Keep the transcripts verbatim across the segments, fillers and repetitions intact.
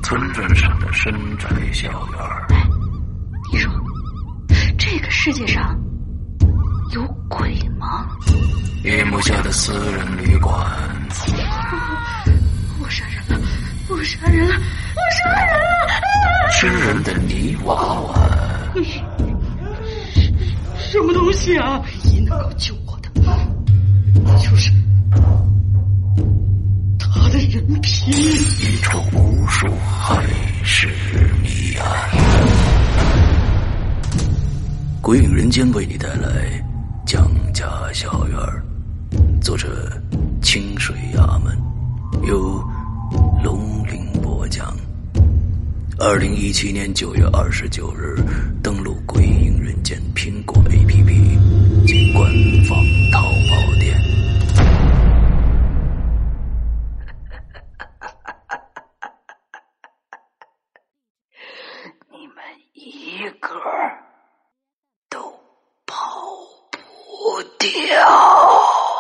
村镇上的深宅小院。 哎，你说这个世界上有鬼吗？ 夜幕下的私人旅馆。 我杀人了，我杀人了，我杀人了！啊、 吃人的泥娃娃。 什么东西啊？唯一能够救我的，就是他的人皮。 一出无数害世谜案。鬼影人间为你带来蒋家小院，作者清水衙门，由龙鳞播讲。二零一七年九月二十九日登录鬼影人间苹果 A P P 及官方淘宝店。 你们一个都跑不掉。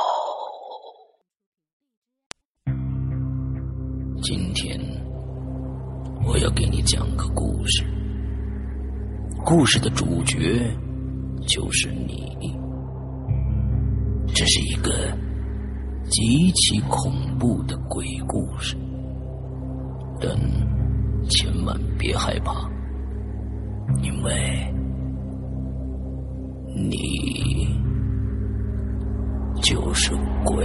今天我要给你讲个故事，故事的主角就是你。这是一个极其恐怖的鬼故事，但千万别害怕，因为你就是鬼。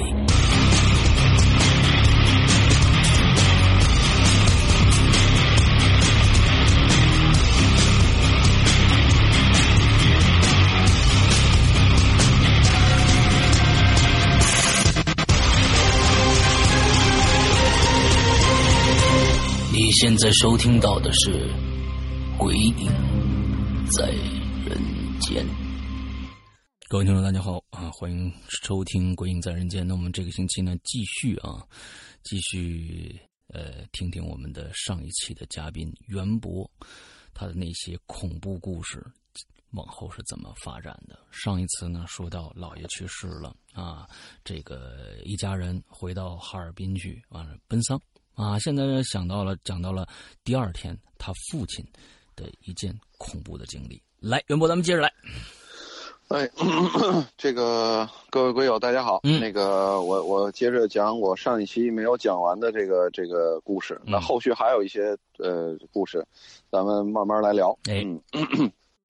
你现在收听到的是《鬼影在人间》。各位听众大家好啊，欢迎收听《鬼影在人间》。那我们这个星期呢，继续啊，继续呃，听听我们的上一期的嘉宾袁博，他的那些恐怖故事往后是怎么发展的。上一次呢，说到姥爷去世了啊，这个一家人回到哈尔滨去，完了奔丧。啊，现在想到了，讲到了第二天他父亲的一件恐怖的经历。来，袁博，咱们接着来。 哎，这个各位鬼友大家好，嗯、那个我我接着讲我上一期没有讲完的这个这个故事，那后续还有一些呃故事，咱们慢慢来聊。 哎， 嗯，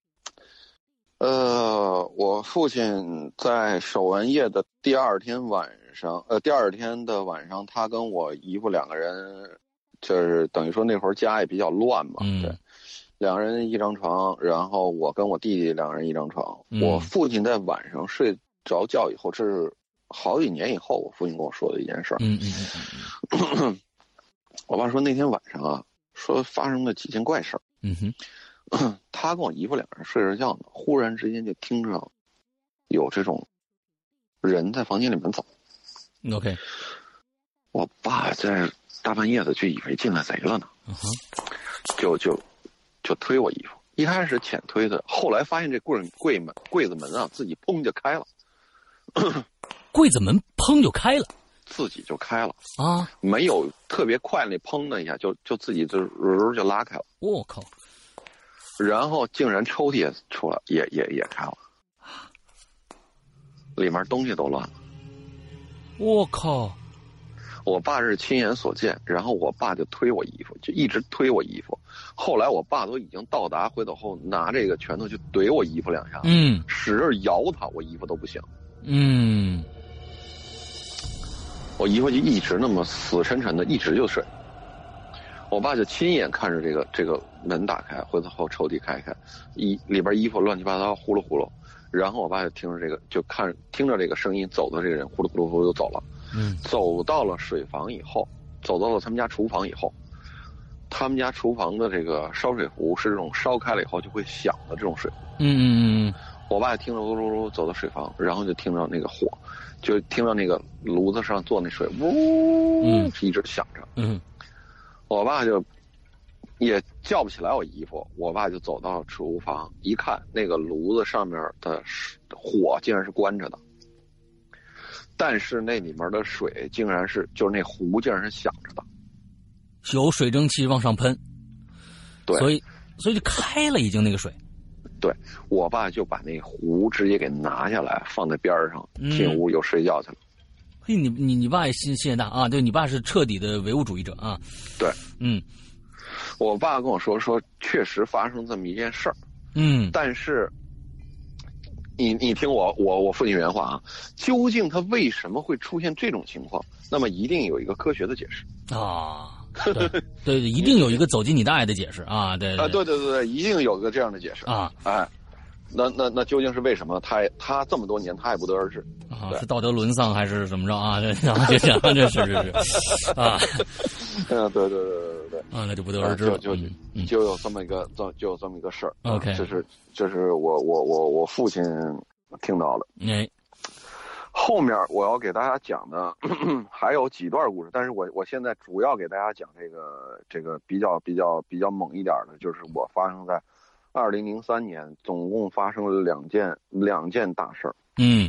呃，我父亲在守完夜的第二天晚上，呃，第二天的晚上，他跟我姨父两个人，就是等于说那会儿家也比较乱嘛， 嗯、 对，两个人一张床，然后我跟我弟弟两个人一张床。 嗯、 我父亲在晚上睡着觉以后，这是好几年以后我父亲跟我说的一件事儿。 嗯嗯嗯嗯。 我爸说那天晚上啊，说发生了几件怪事儿。 嗯哼。 他跟我姨夫两个人睡着觉呢，忽然之间就听着有这种人在房间里面走。 OK， 我爸在大半夜的就以为进来贼了呢， uh-huh. 就就就推我姨夫。一开始浅推的，后来发现这柜柜门柜子门啊自己砰就开了， 柜子门砰就开了， 自己就开了啊， 没有特别快那砰的一下，就就自己就就就拉开了。 我、哦、靠！ 然后竟然抽屉也出来，也也也开了，里面东西都乱了。 我靠！ 我爸是亲眼所见，然后我爸就推我姨夫，就一直推我姨夫。后来我爸都已经到达，回头后拿这个拳头就怼我姨夫两下， 嗯， 使劲摇他，我姨夫都不行。 嗯， 我姨夫就一直那么死沉沉的，一直就睡。我爸就亲眼看着这个这个门打开，回头后抽屉开开，衣里边衣服乱七八糟呼噜呼噜，然后我爸就听着这个，就看听着这个声音走的这个人呼噜呼噜呼噜就走了， 嗯， 走到了水房以后，走到了他们家厨房以后，他们家厨房的这个烧水壶是这种烧开了以后就会响的这种水壶， 嗯嗯嗯， 我爸听着噜噜噜走到水房，然后就听到那个火，就听到那个炉子上做那水呜， 嗯， 一直响着， 嗯。 我爸就也叫不起来我姨夫，我爸就走到厨房一看，那个炉子上面的火竟然是关着的，但是那里面的水竟然是就是那壶竟然是响着的。 有水蒸气往上喷， 对， 所以所以就开了已经那个水。 对，我爸就把那壶直接给拿下来放在边上，进屋又睡觉去了。 嘿，你你你爸也心心也大啊！对，你爸是彻底的唯物主义者啊。 对， 嗯， 我爸跟我说说，确实发生这么一件事儿。 嗯， 但是，你你听我我我父亲原话啊，究竟他为什么会出现这种情况？那么一定有一个科学的解释啊。对对对，一定有一个走进你大爷的解释啊！对啊，对对对对，一定有个这样的解释啊！ 哎。那那那究竟是为什么？他他这么多年他也不得而知啊，是道德沦丧还是怎么着啊？这啊，这这这是是是啊， 嗯，对对对对对啊，那就不得而知了， 就就嗯、 就有这么一个就就有这么一个事儿。 OK， 这是这是我我我我父亲听到的。 哎， 后面我要给大家讲的咳咳还有几段故事，但是我我现在主要给大家讲这个这个比较比较比较猛一点的，就是我发生在二零零三年，总共发生了两件两件大事儿。 嗯，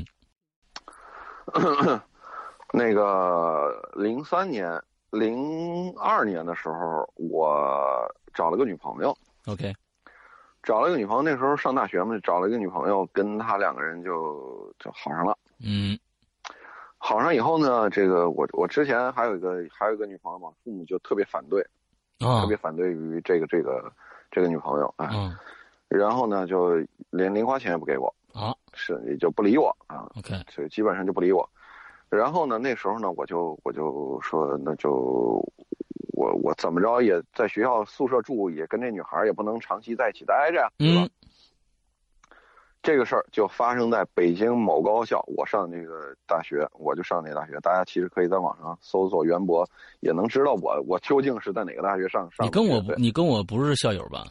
那个零三年、零二年的时候，我找了个女朋友。 OK， 找了个女朋友，那时候上大学嘛，找了一个女朋友，跟她两个人就就好上了。 嗯， 好上以后呢，这个我我之前还有一个还有一个女朋友嘛，父母就特别反对， 啊、 特别反对于这个这个这个女朋友啊。 嗯然后呢，就连零花钱也不给我啊， 是也就不理我啊。 OK， 所以基本上就不理我。然后呢，那时候呢，我就我就说，那就我我怎么着也在学校宿舍住，也跟这女孩也不能长期在一起待着呀，对吧？ 嗯， 这个事儿就发生在北京某高校，我上那个大学，我就上那大学。大家其实可以在网上搜索袁博，也能知道我我究竟是在哪个大学上上。 你跟我你跟我不是校友吧？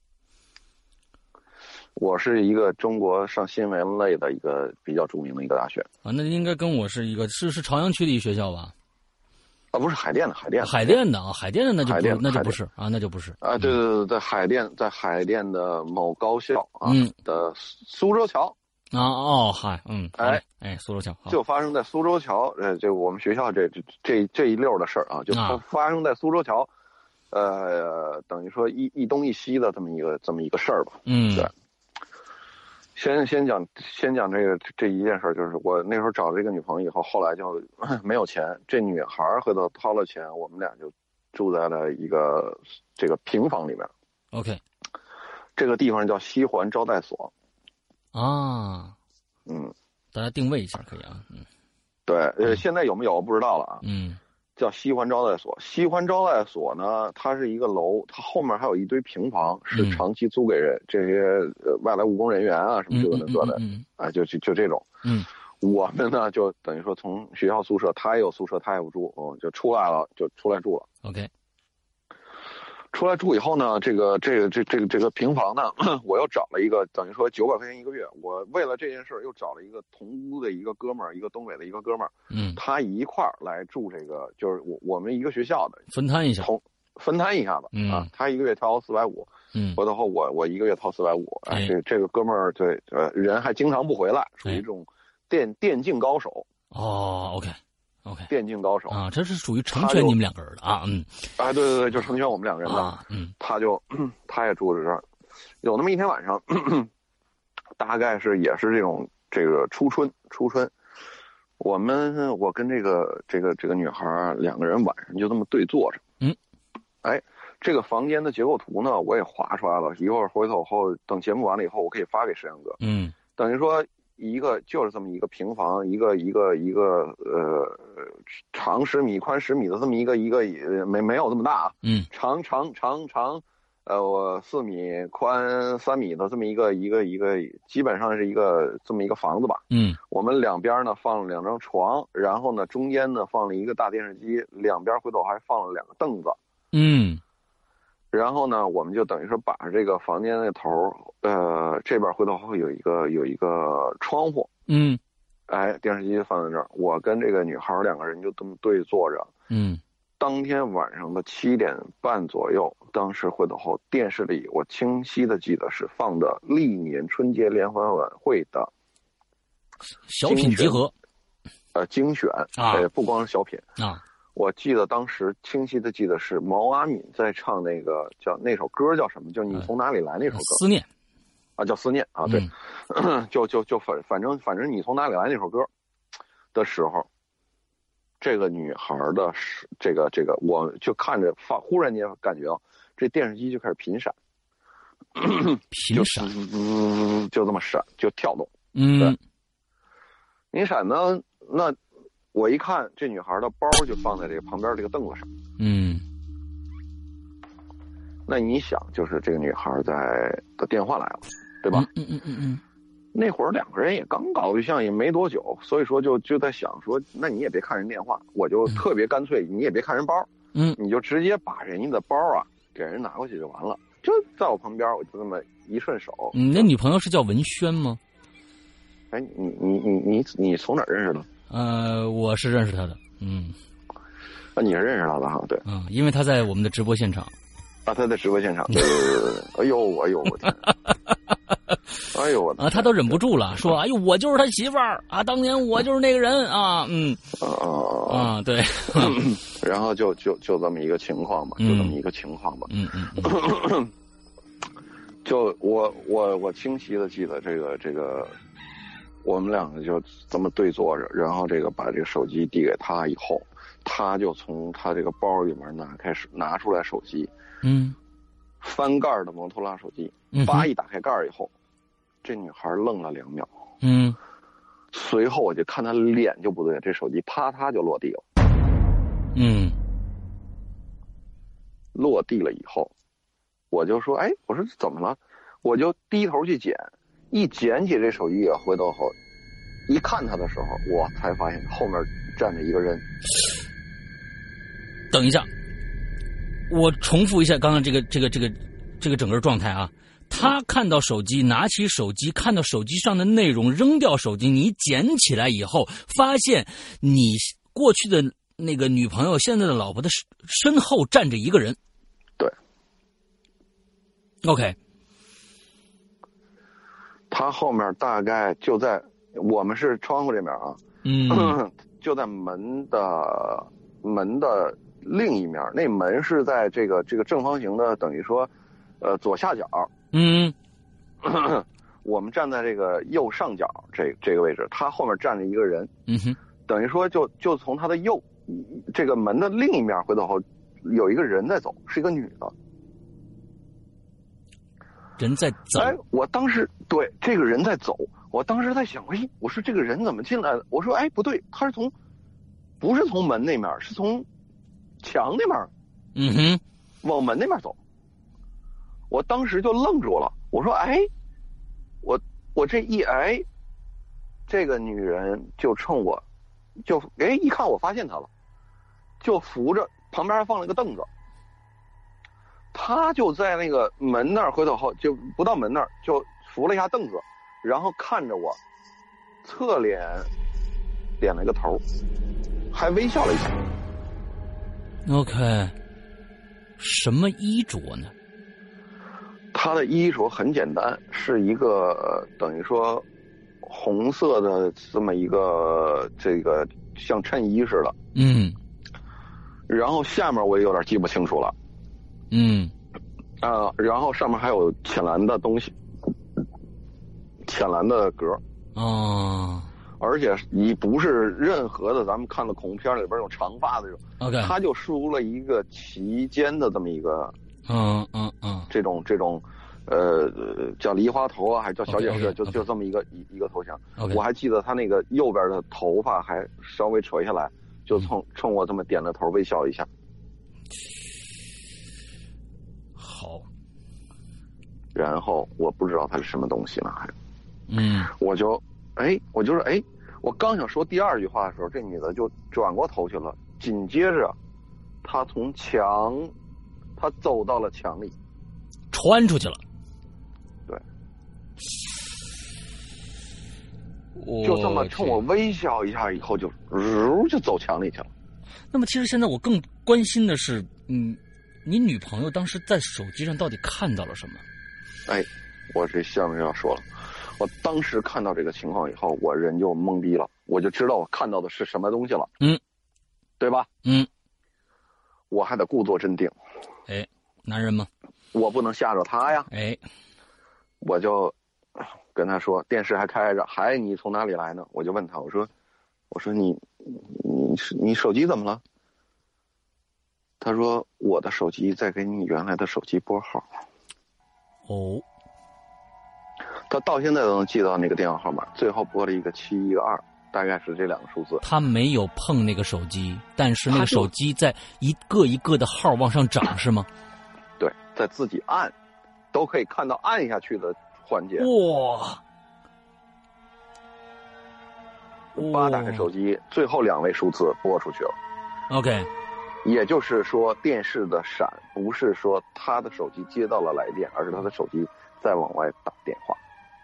我是一个中国上新闻类的一个比较著名的一个大学啊，那应该跟我是一个是是朝阳区的一学校吧？ 啊，不是海淀的，海淀的海淀的啊，海淀的那就不那就不是啊， 那就不是啊，对对对，在海淀，在海淀的某高校啊、 嗯、 的苏州桥啊，哦嗨，嗯， 哎哎，苏州桥就发生在苏州桥，呃，这我们学校这这这这一溜的事儿啊，就发生在苏州桥，啊、呃，等于说一一东一西的这么一个这么一个事儿吧， 嗯， 对。先先讲先讲这个这一件事，就是我那时候找了这个女朋友以后，后来就没有钱，这女孩回头掏了钱，我们俩就住在了一个这个平房里面。 OK， 这个地方叫西环招待所。 啊， 嗯， 大家定位一下可以啊。嗯， 对，呃，现在有没有我不知道了啊。 嗯。 叫西环招待所，西环招待所呢，它是一个楼，它后面还有一堆平房，是长期租给人、嗯、这些呃外来务工人员啊什么这个那个的， 嗯啊，就就就这种。 嗯， 我们呢就等于说从学校宿舍，他也有宿舍，他也不住，嗯，就出来了，就出来住了。 OK， 出来住以后呢，这个这个这这个这个平房呢，我又找了一个等于说九百块钱一个月，我为了这件事又找了一个同屋的一个哥们儿，一个东北的一个哥们儿， 嗯，他一块儿来住这个，就是我我们一个学校的， 分摊一下， 同分摊一下子、 嗯、 啊，他一个月掏四百五， 嗯， 回头后我我一个月掏四百五，哎，这这个哥们儿对呃人还经常不回来，属于这种电、哎、电竞高手。 哦 ，OK。OK， 电竞高手啊，这是属于成全你们两个人的啊，嗯， 啊，对对对，就成全我们两个人的， 啊、嗯， 他就他也住在这儿，有那么一天晚上，咳咳大概是也是这种这个初春初春，我们我跟这个这个这个女孩两个人晚上就这么对坐着， 嗯， 哎，这个房间的结构图呢我也画出来了，一会儿回头后等节目完了以后我可以发给石阳哥， 嗯， 等于说。一个就是这么一个平房，一个一个一个呃长十米宽十米的这么一个一个没没有这么大， 嗯， 长长长长，呃我四米宽三米的这么一个一个一个基本上是一个这么一个房子吧， 嗯， 我们两边呢放了两张床，然后呢中间呢放了一个大电视机，两边回头还放了两个凳子， 嗯。 然后呢，我们就等于说把这个房间那头，呃，这边回头会有一个有一个窗户， 嗯， 哎，电视机放在这儿，我跟这个女孩两个人就这么对坐着， 嗯， 当天晚上的七点半左右，当时回头后电视里我清晰的记得是放的历年春节联欢晚会的小品集合， 呃，精选啊， 呃，不光是小品啊。 我记得当时清晰的记得是毛阿敏在唱那个叫那首歌叫什么？就你从哪里来那首歌？ 思念啊，叫思念啊，对，嗯、就就就反反正反正你从哪里来那首歌的时候，这个女孩的这个这个，我就看着发，忽然间感觉到这电视机就开始频闪， 频闪， 嗯，就这么闪，就跳动， 嗯， 频闪呢，那。我一看，这女孩的包就放在这个旁边这个凳子上。 嗯， 那你想，就是这个女孩在的电话来了，对吧？ 嗯嗯嗯嗯。 那会儿两个人也刚搞对象，也没多久，所以说就就在想说，那你也别看人电话，我就特别干脆，你也别看人包， 嗯， 你就直接把人家的包啊给人拿过去就完了。就在我旁边，我就这么一顺手。 你那女朋友是叫文轩吗？ 哎，你你你你你从哪儿认识的？ 呃，我是认识他的，嗯， 啊，你是认识他的哈？对， 嗯，因为他在我们的直播现场， 啊，他在直播现场，对对对对对，哎呦，哎呦，我天，哎呦我啊，他都忍不住了，说，哎呦，我就是他媳妇儿啊，当年我就是那个人啊，嗯， 啊啊，对， 然后就就就这么一个情况吧，就这么一个情况吧， 嗯嗯， 嗯就我我我清晰的记得这个这个。我们两个就这么对坐着，然后这个把这个手机递给他以后，他就从他这个包里面拿开始拿出来手机， 嗯， 翻盖的摩托罗拉手机，叭一打开盖以后，这女孩愣了两秒， 嗯， 随后我就看她脸就不对，这手机啪嗒就落地了， 嗯， 落地了以后，我就说，哎，我说怎么了？我就低头去捡。一捡起这手机，回头后一看他的时候，我才发现后面站着一个人。 等一下，我重复一下刚刚这个这个这个这个整个状态啊。他看到手机，拿起手机，看到手机上的内容，扔掉手机，你捡起来以后，发现你过去的那个女朋友，现在的老婆的身后站着一个人。 对。 OK。 他后面大概就在我们是窗户这边啊， 嗯， 就在门的门的另一面，那门是在这个这个正方形的，等于说，呃左下角， 嗯， 我们站在这个右上角这这个位置，他后面站着一个人， 嗯哼， 等于说就就从他的右这个门的另一面回头后有一个人在走，是一个女的。 人在走， 哎，我当时对这个人在走，我当时在想，哎，我说这个人怎么进来的？我说，哎，不对，他是从，不是从门那面，是从墙那面， 嗯哼， 往门那边走。我当时就愣住了，我说，哎，我我这一哎，这个女人就冲我，就哎一看我发现她了，就扶着旁边还放了一个凳子。他就在那个门那儿，回头后就不到门那儿，就扶了一下凳子，然后看着我，侧脸点了个头，还微笑了一下。 OK， 什么衣着呢？ 他的衣着很简单，是一个等于说红色的这么一个这个像衬衣似的。 嗯。 然后下面我也有点记不清楚了。 嗯， 啊、呃，然后上面还有浅蓝的东西，浅蓝的格哦， 而且你不是任何的咱们看的恐怖片里边有长发的这种 ，OK， 他就梳了一个齐肩的这么一个， 嗯嗯嗯， 这种这种，呃，叫梨花头啊，还是叫小姐式， okay, okay, 就 okay. 就这么一个一一个头像。 Okay. 我还记得他那个右边的头发还稍微垂下来，就冲冲我这么点了头，微笑一下。 好， 然后我不知道它是什么东西了，还， 嗯， 我就，哎，我就是哎，我刚想说第二句话的时候，这女的就转过头去了，紧接着，她从墙，她走到了墙里， 穿出去了， 对，就这么冲我微笑一下，以后就如就走墙里去了。 那么，其实现在我更关心的是，嗯。你女朋友当时在手机上到底看到了什么？ 哎，我这下面要说了，我当时看到这个情况以后，我人就懵逼了，我就知道我看到的是什么东西了， 嗯， 对吧？ 嗯， 我还得故作镇定。 哎，男人吗？ 我不能吓着他呀。 哎， 我就跟他说电视还开着，还你从哪里来呢？我就问他，我说我说你你你手机怎么了？他说我的手机在给你原来的手机拨号。 哦， 他到现在都能记到那个电话号码，最后拨了一个七一个二，大概是这两个数字。 他没有碰那个手机，但是那个手机在一个一个的号往上涨，是吗？ 对，在自己按，都可以看到按下去的环节。 哇！ 八打开手机，最后两位数字拨出去了。 OK。 也就是说，电视的闪不是说他的手机接到了来电，而是他的手机在往外打电话。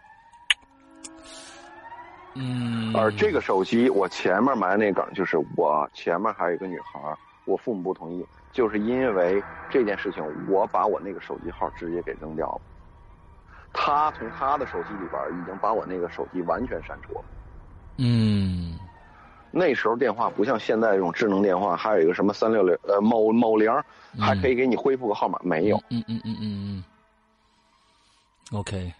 嗯。 而这个手机，我前面埋那梗，就是我前面还有一个女孩，我父母不同意，就是因为这件事情，我把我那个手机号直接给扔掉了。他从他的手机里边已经把我那个手机完全删除了。 嗯。 那时候电话不像现在这种智能电话，还有一个什么三六零呃某某零，还可以给你恢复个号码，没有。 嗯嗯嗯嗯嗯。OK。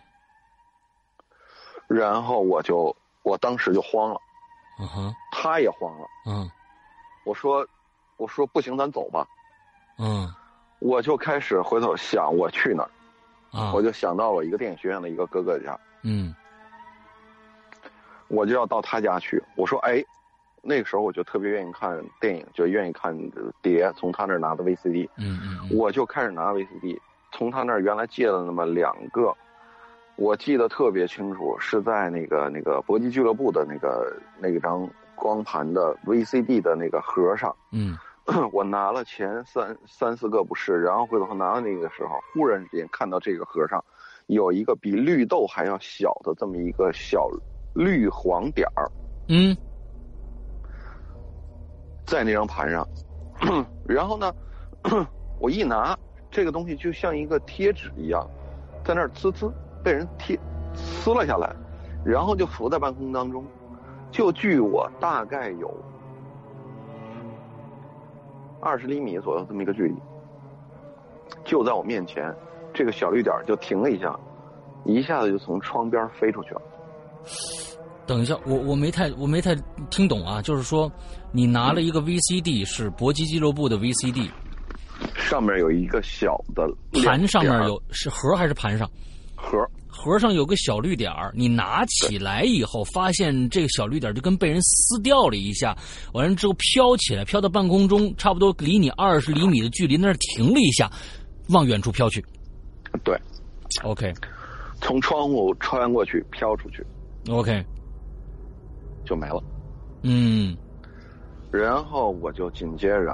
然后我就我当时就慌了， 嗯哼， 他也慌了。 嗯， 我说我说不行，咱走吧。 嗯， 我就开始回头想我去哪儿， 啊， 我就想到了一个电影学院的一个哥哥家。 嗯， 我就要到他家去。我说哎。那个时候我就特别愿意看电影，就愿意看碟，从他那儿拿的 V C D， 嗯嗯， 我就开始拿 V C D， 从他那儿原来借了那么两个，我记得特别清楚，是在那个那个搏击俱乐部的那个那个张光盘的 V C D 的那个盒上， 嗯， 我拿了前三三四个不是，然后回头拿到那个时候，忽然之间看到这个盒上有一个比绿豆还要小的这么一个小绿黄点儿， 嗯。 在那张盘上，然后呢，我一拿这个东西就像一个贴纸一样，在那儿呲呲被人贴撕了下来，然后就浮在半空当中，就距我大概有二十厘米左右这么一个距离，就在我面前，这个小绿点就停了一下，一下子就从窗边飞出去了。 等一下，我我没太我没太听懂啊，就是说你拿了一个 V C D， 是搏击俱乐部的 V C D， 上面有一个小的盘，上面有是盒还是盘上？ 盒， 盒上有个小绿点儿，你拿起来以后，发现这个小绿点就跟被人撕掉了一下，完了之后飘起来，飘到半空中，差不多离你二十厘米的距离，那儿停了一下，往远处飘去。 对 ，OK， 从窗户穿过去，飘出去 ，OK。 就没了， 嗯， 然后我就紧接着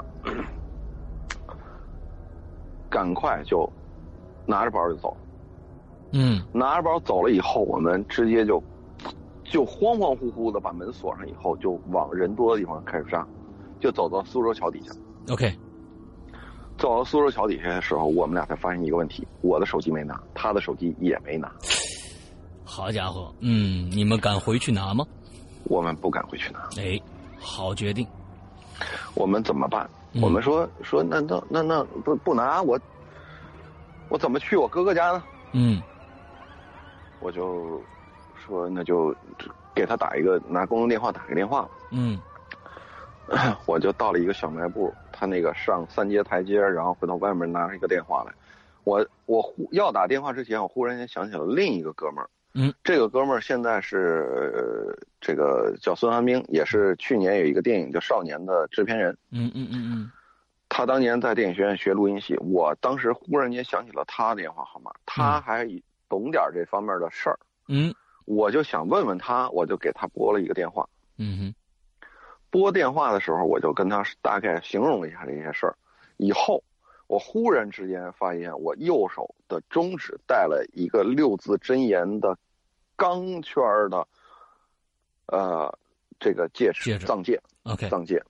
赶快就拿着包就走， 嗯， 拿着包走了以后，我们直接就就慌慌乎乎的把门锁上以后，就往人多的地方开始杀，就走到苏州桥底下。 OK， 走到苏州桥底下的时候，我们俩才发现一个问题：我的手机没拿，他的手机也没拿。 好家伙，嗯，你们敢回去拿吗？ 我们不敢回去拿。 哎，好决定。 我们怎么办？ 嗯、 我们说说那那那那不不拿我，我怎么去我哥哥家呢？ 嗯， 我就说那就给他打一个拿公用电话打个电话。 嗯， 我就到了一个小卖部，他那个上三阶台阶，然后回到外面拿了一个电话来。我我要打电话之前，我忽然间想起了另一个哥们儿。 嗯， 这个哥们儿现在是、呃、这个叫孙寒冰，也是去年有一个电影叫《少年》的制片人。 嗯嗯嗯嗯， 他当年在电影学院学录音系，我当时忽然间想起了他的电话号码，他还懂点这方面的事儿。 嗯， 我就想问问他，我就给他拨了一个电话。 嗯哼， 拨电话的时候，我就跟他大概形容了一下这些事儿。以后我忽然之间发现，我右手的中指戴了一个六字真言的钢圈的，呃，这个戒指， 戒指藏戒 ，OK， 藏戒。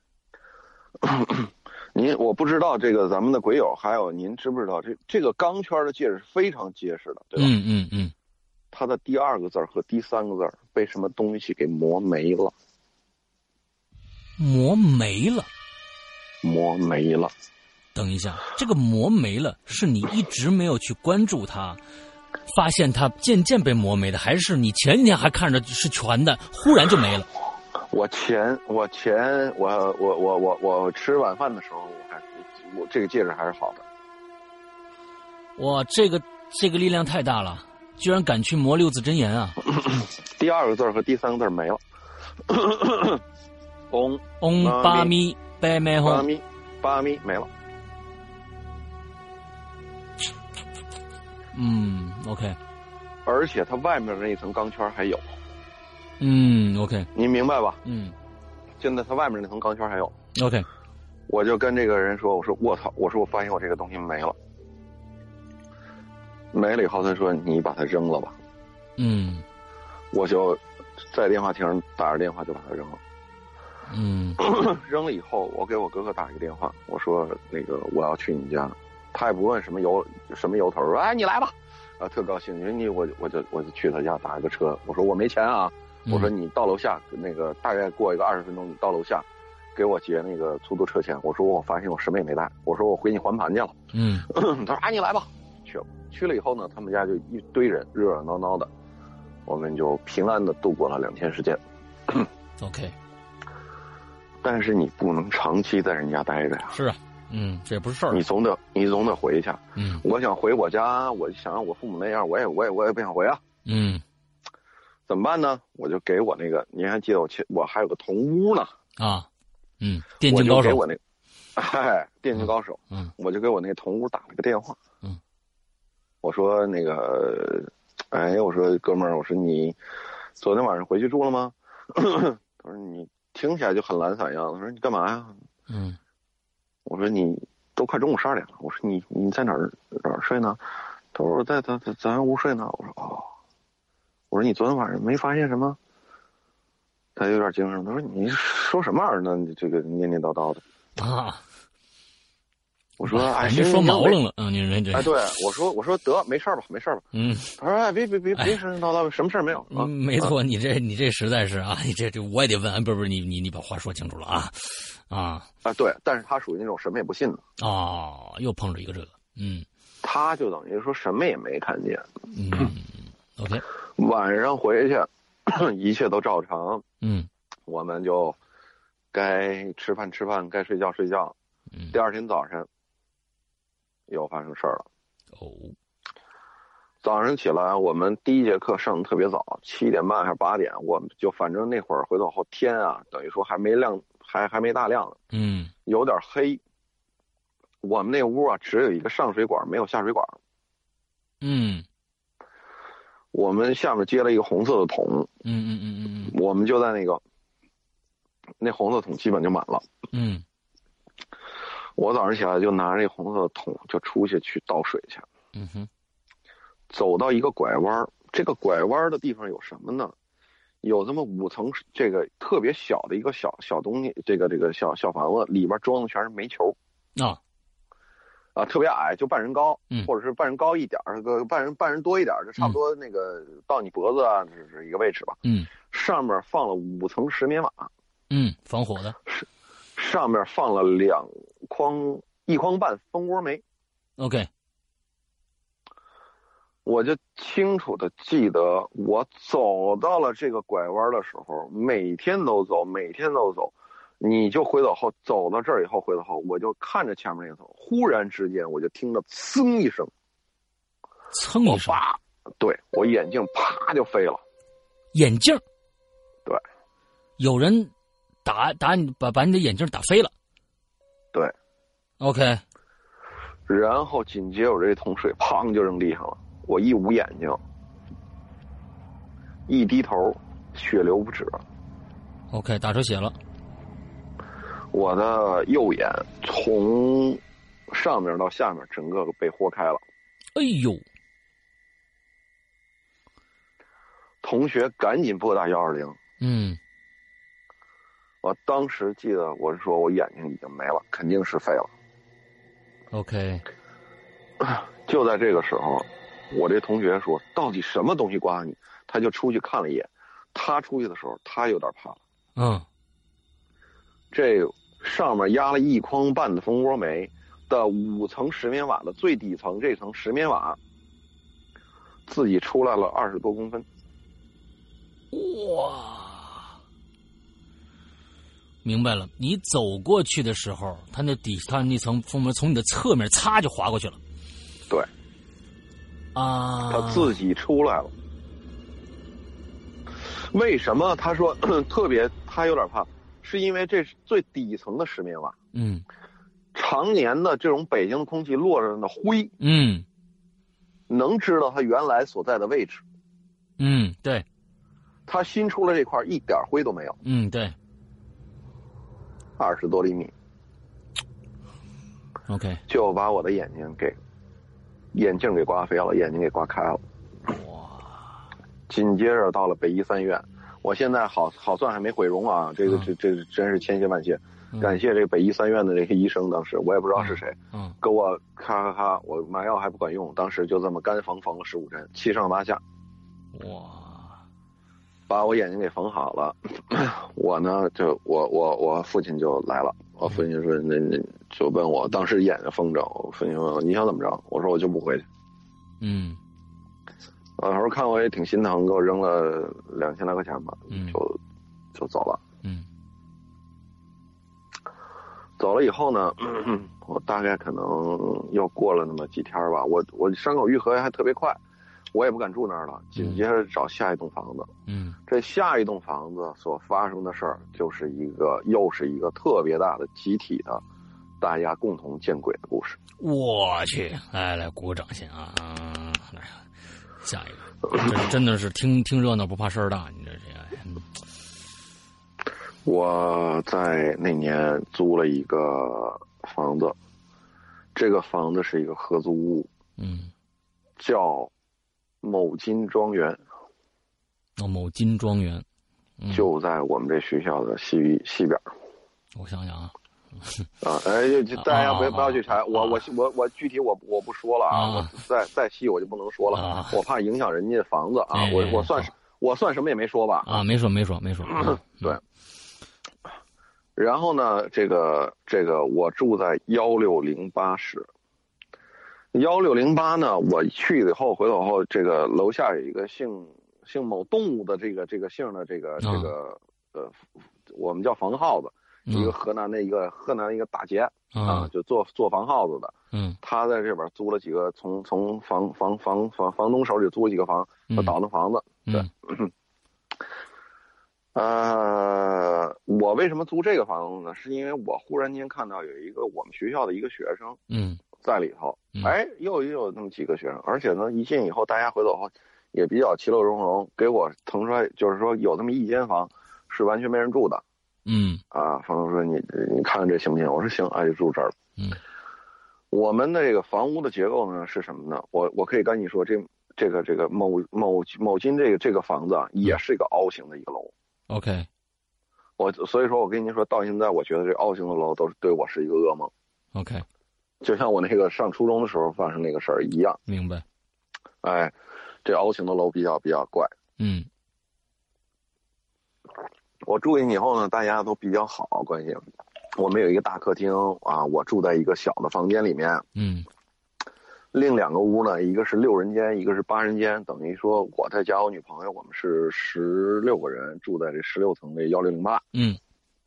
您我不知道这个咱们的鬼友还有您知不知道这这个钢圈的戒指是非常结实的，对吧？ 嗯嗯嗯。 它的第二个字和第三个字被什么东西给磨没了？ 磨没了？ 膜没了。 等一下，这个膜没了，是你一直没有去关注它，发现它渐渐被磨没的，还是你前几天还看着是全的，忽然就没了？ 我前我前我我我我我吃晚饭的时候，我还我这个戒指还是好的。 哇，这个这个力量太大了，居然敢去磨六字真言啊！ 第二个字和第三个字没了。嗡嗡巴咪呗咪吽， 巴咪巴咪没了。 嗯 ，OK。 而且它外面的那一层钢圈还有。 嗯 ，OK。 您明白吧？ 嗯。 现在它外面那层钢圈还有。 OK。 我就跟这个人说：“我说我操！我说我发现我这个东西没了。没了以后，他说你把它扔了吧。” 嗯。 我就在电话亭上打着电话就把它扔了。 嗯。 扔了以后，我给我哥哥打一个电话，我说那个我要去你家。他也不问什么由什么由头，说哎你来吧，啊特高兴，因为你我我就我就去他家打一个车，我说我没钱啊，我说你到楼下那个大概过一个二十分钟，你到楼下给我结那个出租车钱。我说我发现我什么也没带，我说我回你还盘去了。 嗯， 他说哎你来吧，去了去了以后呢，他们家就一堆人热热闹闹的，我们就平安的度过了两天时间。 OK， 但是你不能长期在人家待着呀。 是啊。嗯，这也不是事儿。 你总得你总得回去。 嗯，我想回我家，我想让我父母那样，我也我也我也不想回啊。 嗯， 怎么办呢？我就给我那个，您还记得我我还有个同屋呢啊，嗯，电竞高手， 我就给我那个，哎，电竞高手， 嗯， 我就给我那个同屋打了个电话， 嗯， 我说那个，哎，我说哥们儿，我说你昨天晚上回去住了吗？他说你听起来就很懒散样，我说你干嘛呀？ 嗯。 我说你都快中午十二点了，我说你你在哪儿哪儿睡呢？他说我在咱咱咱屋睡呢。我说哦，我说你昨天晚上没发现什么？他有点精神，他说你说什么玩意儿呢？你这个念念叨叨的啊。 我说哎， 您说毛愣了，嗯，您人这哎，对我说我说得没事吧，没事吧。 嗯， 他说哎，别别别别神神叨叨，什么事儿没有啊？ 没错，你这你这实在是啊，你这这我也得问，不是不是，你你你把话说清楚了啊。啊啊，对，但是他属于那种什么也不信的。 哦，又碰着一个这个，嗯， 他就等于说什么也没看见。 嗯 ，OK， 晚上回去，一切都照常。 嗯， 我们就该吃饭吃饭，该睡觉睡觉。 嗯， 第二天早上又发生事儿了。 哦， 早上起来，我们第一节课上的特别早，七点半还是八点，我们就反正那会儿回头后天啊，等于说还没亮。还还没大亮呢， 嗯， 有点黑。我们那屋啊，只有一个上水管，没有下水管。 嗯， 我们下面接了一个红色的桶， 嗯嗯嗯嗯我们就在那个那红色桶基本就满了。 嗯， 我早上起来就拿着这红色的桶就出去去倒水去。 嗯哼， 走到一个拐弯，这个拐弯的地方有什么呢？有这么五层，这个特别小的一个小小东西，这个这个小小房子里边装的全是煤球， 啊， 啊，特别矮，就半人高， 嗯， 或者是半人高一点儿，个半人半人多一点，就差不多那个、嗯、到你脖子啊，这是一个位置吧， 嗯， 上面放了五层石棉瓦， 嗯，防火的， 上面放了两筐一筐半蜂窝煤 ，OK。 我就清楚的记得，我走到了这个拐弯的时候，每天都走，每天都走，你就回头后走到这儿以后，回头后我就看着前面那个头，忽然之间我就听到噌一声， 噌一声， 啪，对我眼镜啪就飞了， 眼镜， 对， 有人打打你，把把你的眼镜打飞了， 对 ，OK， 然后紧接着我这桶水砰就扔地上了。我一捂眼睛，一低头，血流不止。 OK， 打出血了。 我的右眼从上面到下面整个被豁开了。 哎呦！ 同学赶紧拨打幺二零。 嗯。 我当时记得我是说我眼睛已经没了，肯定是废了。 OK。 就在这个时候。我这同学说到底什么东西刮你，他就出去看了一眼，他出去的时候他有点怕了。 嗯， 这上面压了一筐半的蜂窝煤的五层石棉瓦的最底层这层石棉瓦，自己出来了二十多公分。 哇，明白了，你走过去的时候，它那底它那层蜂膜从你的侧面擦就划过去了。 对， 啊， 他自己出来了。为什么他说特别他有点怕？是因为这是最底层的石棉瓦， 嗯， 常年的这种北京的空气落着的灰， 嗯， 能知道它原来所在的位置。 嗯，对， 它新出来这块一点灰都没有。 嗯，对， 二十多厘米。 OK， 就把我的眼睛给眼镜给刮飞了，眼睛给刮开了。 哇！ 紧接着到了北医三院，我现在好好算还没毁容啊，这个这这真是千谢万谢， 嗯、 感谢这个北医三院的这些医生，当时我也不知道是谁， 嗯， 给我咔咔咔，我麻药还不管用，当时就这么干缝缝了十五针，七上八下， 哇， 把我眼睛给缝好了。我呢就我我我父亲就来了，我父亲说那那就问我，当时眼睛缝着，我父亲问我你想怎么着，我说我就不回去。 嗯。 呃，时候看我也挺心疼，给我扔了两千来块钱吧， 嗯， 就就走了。 嗯， 走了以后呢，嗯、我大概可能又过了那么几天吧，我我伤口愈合还特别快，我也不敢住那儿了，紧接着找下一栋房子。 嗯， 这下一栋房子所发生的事儿，就是一个又是一个特别大的集体的，大家共同见鬼的故事。 我去，来来鼓掌先啊！来。下一个，这真的是听听热闹不怕事儿大，你这这样。嗯、 我在那年租了一个房子，这个房子是一个合租屋， 嗯， 叫某金庄园。 哦，某金庄园，嗯、 就在我们这学校的西西边。 我想想啊。 啊，哎，大家不不要去查，我我我我具体我我不说了啊，我再再细我就不能说了，我怕影响人家的房子啊，我我算是我算什么也没说吧？ 啊，没说没说没说， 对。然后呢，这个这个我住在幺六零八室，幺六零八呢，我去以后回头后，这个楼下有一个姓姓某动物的这个这个姓的这个这个呃，我们叫房耗子。一个河南的一个河南一个大姐、嗯、啊，就做做房耗子的，嗯，他在这边租了几个，从从房房房房房东手里租了几个房，他倒腾房子，对，嗯、呃，我为什么租这个房子呢？是因为我忽然间看到有一个我们学校的一个学生，嗯，在里头，嗯、哎，又又有那么几个学生，而且呢，一进以后，大家回头后也比较其乐融融，给我腾出来，就是说有那么一间房是完全没人住的。嗯啊，房东说你你看看这行不行？我说行，啊就住这儿了。嗯，我们的这个房屋的结构呢是什么呢？我我可以跟你说，这这个这个某某某金这个这个房子啊，也是一个凹形的一个楼。OK， 我所以说我跟您说到现在，我觉得这凹形的楼都是对我是一个噩梦。OK， 就像我那个上初中的时候发生那个事儿一样。明白。哎，这凹形的楼比较比较怪。嗯。我住进以后呢，大家都比较好关系。我们有一个大客厅啊，我住在一个小的房间里面。嗯。另两个屋呢，一个是六人间，一个是八人间，等于说我再加我女朋友，我们是十六个人住在这十六层的幺六零八。嗯。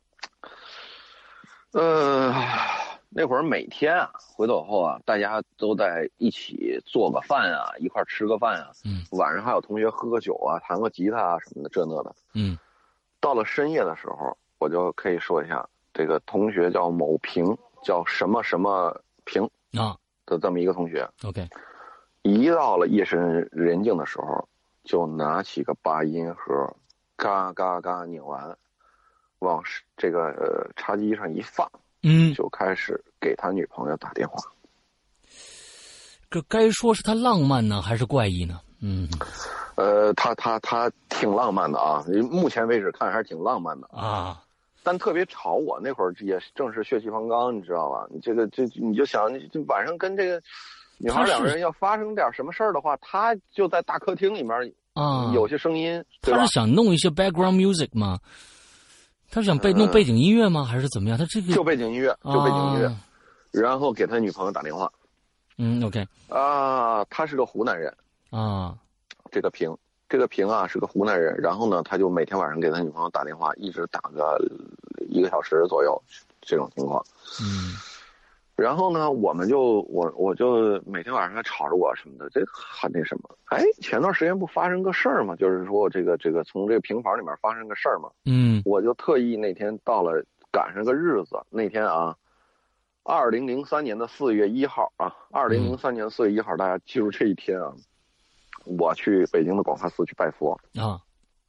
呃，那会儿每天啊，回头后啊，大家都在一起做个饭啊，一块吃个饭啊。嗯。晚上还有同学喝个酒啊，弹个吉他啊什么的，这那的。嗯。到了深夜的时候，我就可以说一下，这个同学叫某平，叫什么什么平啊的这么一个同学。OK， 一到了夜深人静的时候，就拿起个八音盒，嘎嘎嘎拧完，往这个呃茶几上一放，嗯，就开始给他女朋友打电话。这该说是他浪漫呢，还是怪异呢？嗯。呃，他他他挺浪漫的啊，目前为止看还是挺浪漫的啊，但特别吵。我那会儿也正是血气方刚，你知道吧？你这个这你就想，你就晚上跟这个女孩两个人要发生点什么事儿的话，他就在大客厅里面啊，有些声音。他是想弄一些 background music 吗？ 他是想背弄背景音乐吗？还是怎么样？他这个就背景音乐，就背景音乐， 啊、 然后给他女朋友打电话。 嗯 ，OK。 啊，他是个湖南人啊， 这个平，这个平啊是个湖南人。然后呢，他就每天晚上给他女朋友打电话，一直打个一个小时左右，这种情况。 嗯。 然后呢，我们就我我就每天晚上还吵着我什么的，这很那什么。哎，前段时间不发生个事儿吗？就是说这个这个从这个平房里面发生个事儿嘛。 嗯， 我就特意那天到了，赶上个日子，那天啊，二零零三年的四月一号啊，二零零三年四月一号，大家记住这一天啊，我去北京的广化寺去拜佛啊。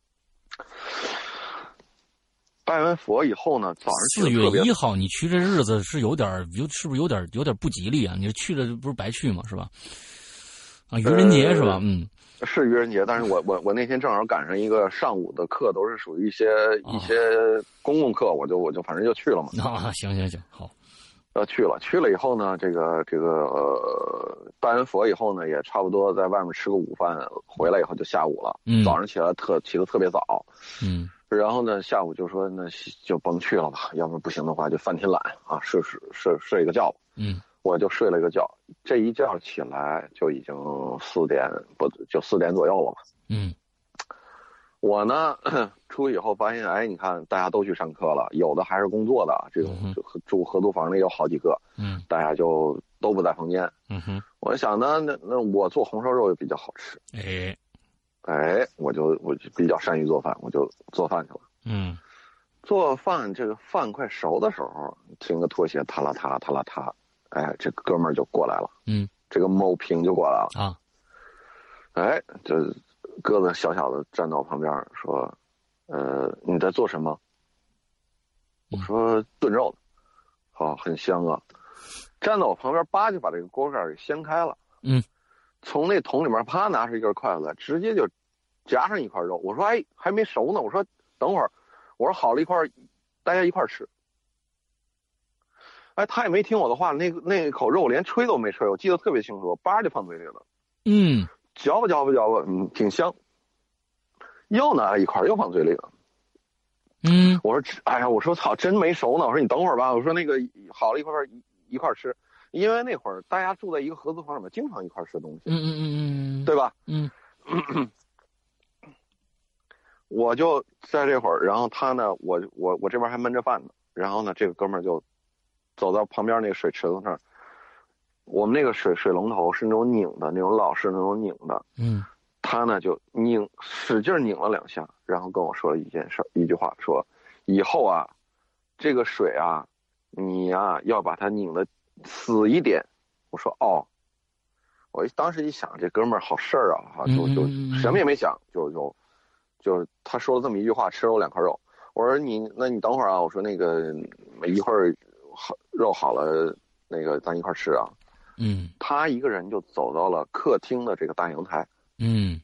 拜完佛以后呢，早上四月一号，你去这日子是有点有，是不是有点有点不吉利啊？你去了不是白去吗？是吧？啊，愚人节是吧？呃、嗯， 是愚人节，但是我我我那天正好赶上一个上午的课，都是属于一些、哦、一些公共课，我就我就反正就去了嘛。 啊，行行行，好。 呃，去了去了以后呢，这个这个呃，拜完佛以后呢，也差不多在外面吃个午饭，回来以后就下午了。 嗯， 早上起来特起得特别早。 嗯。 然后呢，下午就说那就甭去了吧，要不不行的话就犯天懒啊，睡睡睡睡个觉吧。 嗯， 我就睡了一个觉，这一觉起来就已经四点不就四点左右了吧。 嗯， 我呢出去以后发现，哎，你看大家都去上课了，有的还是工作的，这种住合租房的有好几个。 嗯， 大家就都不在房间。 嗯哼， 我想呢，那那我做红烧肉也比较好吃。 哎。 哎，我就我就比较善于做饭，我就做饭去了。 嗯， 做饭这个饭快熟的时候，听个拖鞋踏啦踏踏啦踏，哎，这哥们儿就过来了。 嗯， 这个某平就过来了啊。 哎，这个子小小的站到我旁边说：“呃，你在做什么？”我说：“炖肉的。”好，很香啊。站到我旁边，叭就把这个锅盖给掀开了。 嗯。 从那桶里面啪拿出一根筷子来，直接就夹上一块肉。我说：“哎，还没熟呢。”我说：“等会儿。”我说：“好了一块，大家一块吃。”哎，他也没听我的话，那个那口肉连吹都没吹，我记得特别清楚，叭就放嘴里了。 嗯， 嚼吧嚼吧嚼吧，嗯，挺香。又拿了一块，又放嘴里了。 嗯， 我说：“哎呀，我说操，真没熟呢。”我说：“你等会儿吧。”我说：“那个好了一块一一块吃。”因为那会儿大家住在一个合租房里面，经常一块吃东西， 嗯嗯嗯嗯， 对吧？ 嗯， 我就在这会儿，然后他呢，我我我这边还焖着饭呢，然后呢，这个哥们儿就走到旁边那个水池子那儿，我们那个水水龙头是那种拧的，那种老式那种拧的， 嗯， 他呢就拧使劲拧了两下，然后跟我说了一件事，一句话说，以后啊，这个水啊，你呀、啊、要把它拧的死一点。我说哦，我当时一想，这哥们儿好事儿啊，哈，就就什么也没想，就就就他说了这么一句话，吃了我两块肉。我说你，那你等会儿啊，我说那个一会儿好肉好了，那个咱一块儿吃啊。 嗯， 他一个人就走到了客厅的这个大阳台。 嗯，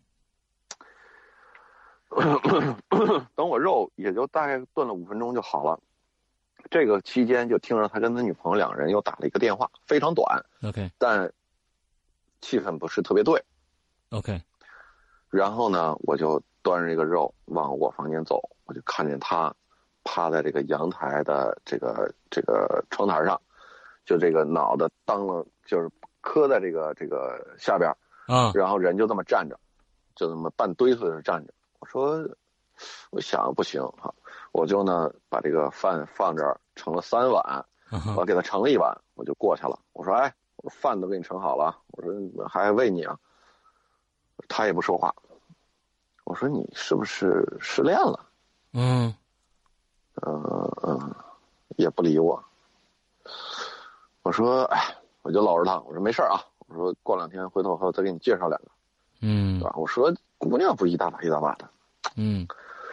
等我肉也就大概炖了五分钟就好了。这个期间就听着他跟他女朋友两人又打了一个电话，非常短 ，OK， 但气氛不是特别对 ，OK。 然后呢，我就端着这个肉往我房间走，我就看见他趴在这个阳台的这个这个窗台上，就这个脑袋当了，就是磕在这个这个下边啊， 然后人就这么站着，就这么半堆似的站着。我说，我想不行哈。我就呢把这个饭放这儿盛了三碗，我给他盛了一碗，我就过去了。我说：“哎，我饭都给你盛好了。”我说：“还喂你啊。”他也不说话。我说：“你是不是失恋了？” 嗯， 嗯嗯，也不理我。我说：“哎，我就搂着他，我说没事啊。我说过两天回头后再给你介绍两个， 嗯， 对吧？我说姑娘不是一大把一大把的， 嗯。”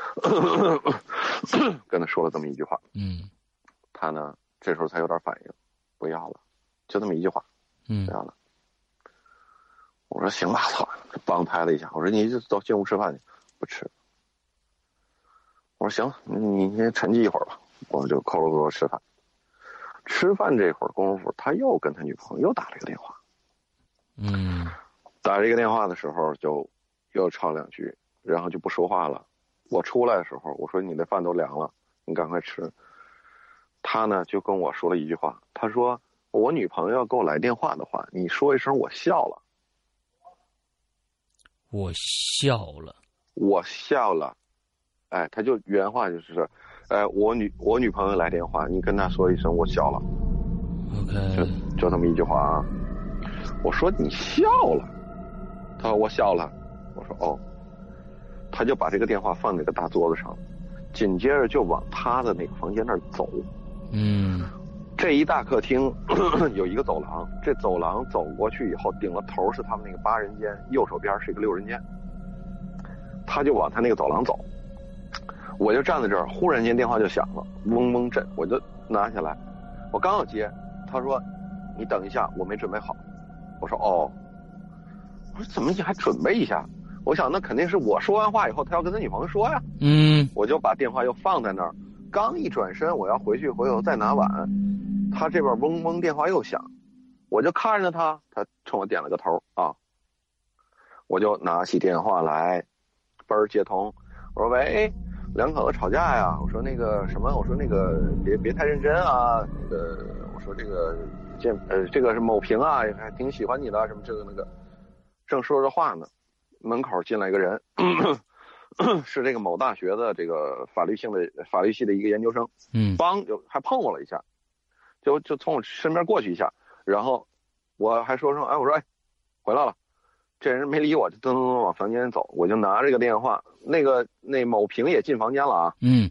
跟他说了这么一句话， 嗯， 他呢这时候才有点反应，不要了，就这么一句话， 嗯， 不要了。我说行吧，操，帮拍了一下，我说你就走进屋吃饭去，不吃。我说行，你你先沉寂一会儿吧，我就扣了扣吃饭。吃饭这会儿功夫，他又跟他女朋友又打了一个电话， 嗯， 打这个电话的时候就又吵两句，然后就不说话了。我出来的时候，我说你的饭都凉了， 你赶快吃。他呢就跟我说了一句话，他说我女朋友给我来电话的话，你说一声我笑了。 我笑了， 我笑了，哎，他就原话就是，哎，我女我女朋友来电话，你跟她说一声我笑了。 OK， 就就这么一句话啊。我说你笑了，他说我笑了，我说哦，他就把这个电话放在个大桌子上，紧接着就往他的那个房间那儿走。 嗯， 这一大客厅呵呵有一个走廊，这走廊走过去以后，顶了头是他们那个八人间，右手边是一个六人间。他就往他那个走廊走，我就站在这儿，忽然间电话就响了，嗡嗡震，我就拿下来，我刚要接，他说你等一下，我没准备好。我说哦，我说怎么你还准备一下？我想那肯定是我说完话以后他要跟他女朋友说呀。 嗯， 我就把电话又放在那儿，刚一转身我要回去回头再拿碗，他这边嗡嗡电话又响，我就看着他，他冲我点了个头啊，我就拿起电话来，嘣儿接通，我说喂，两口子吵架呀？我说那个什么，我说那个别别太认真啊，那个我说这个见呃这个是某平啊，还挺喜欢你的什么这个那个，正说着话呢，门口进来一个人，是这个某大学的这个法律性的法律系的一个研究生， 嗯， 帮就还碰我了一下，就就从我身边过去一下，然后我还说声哎，我说哎回来了。这人没理我，就噔噔噔往房间走，我就拿这个电话，那个那某平也进房间了啊， 嗯，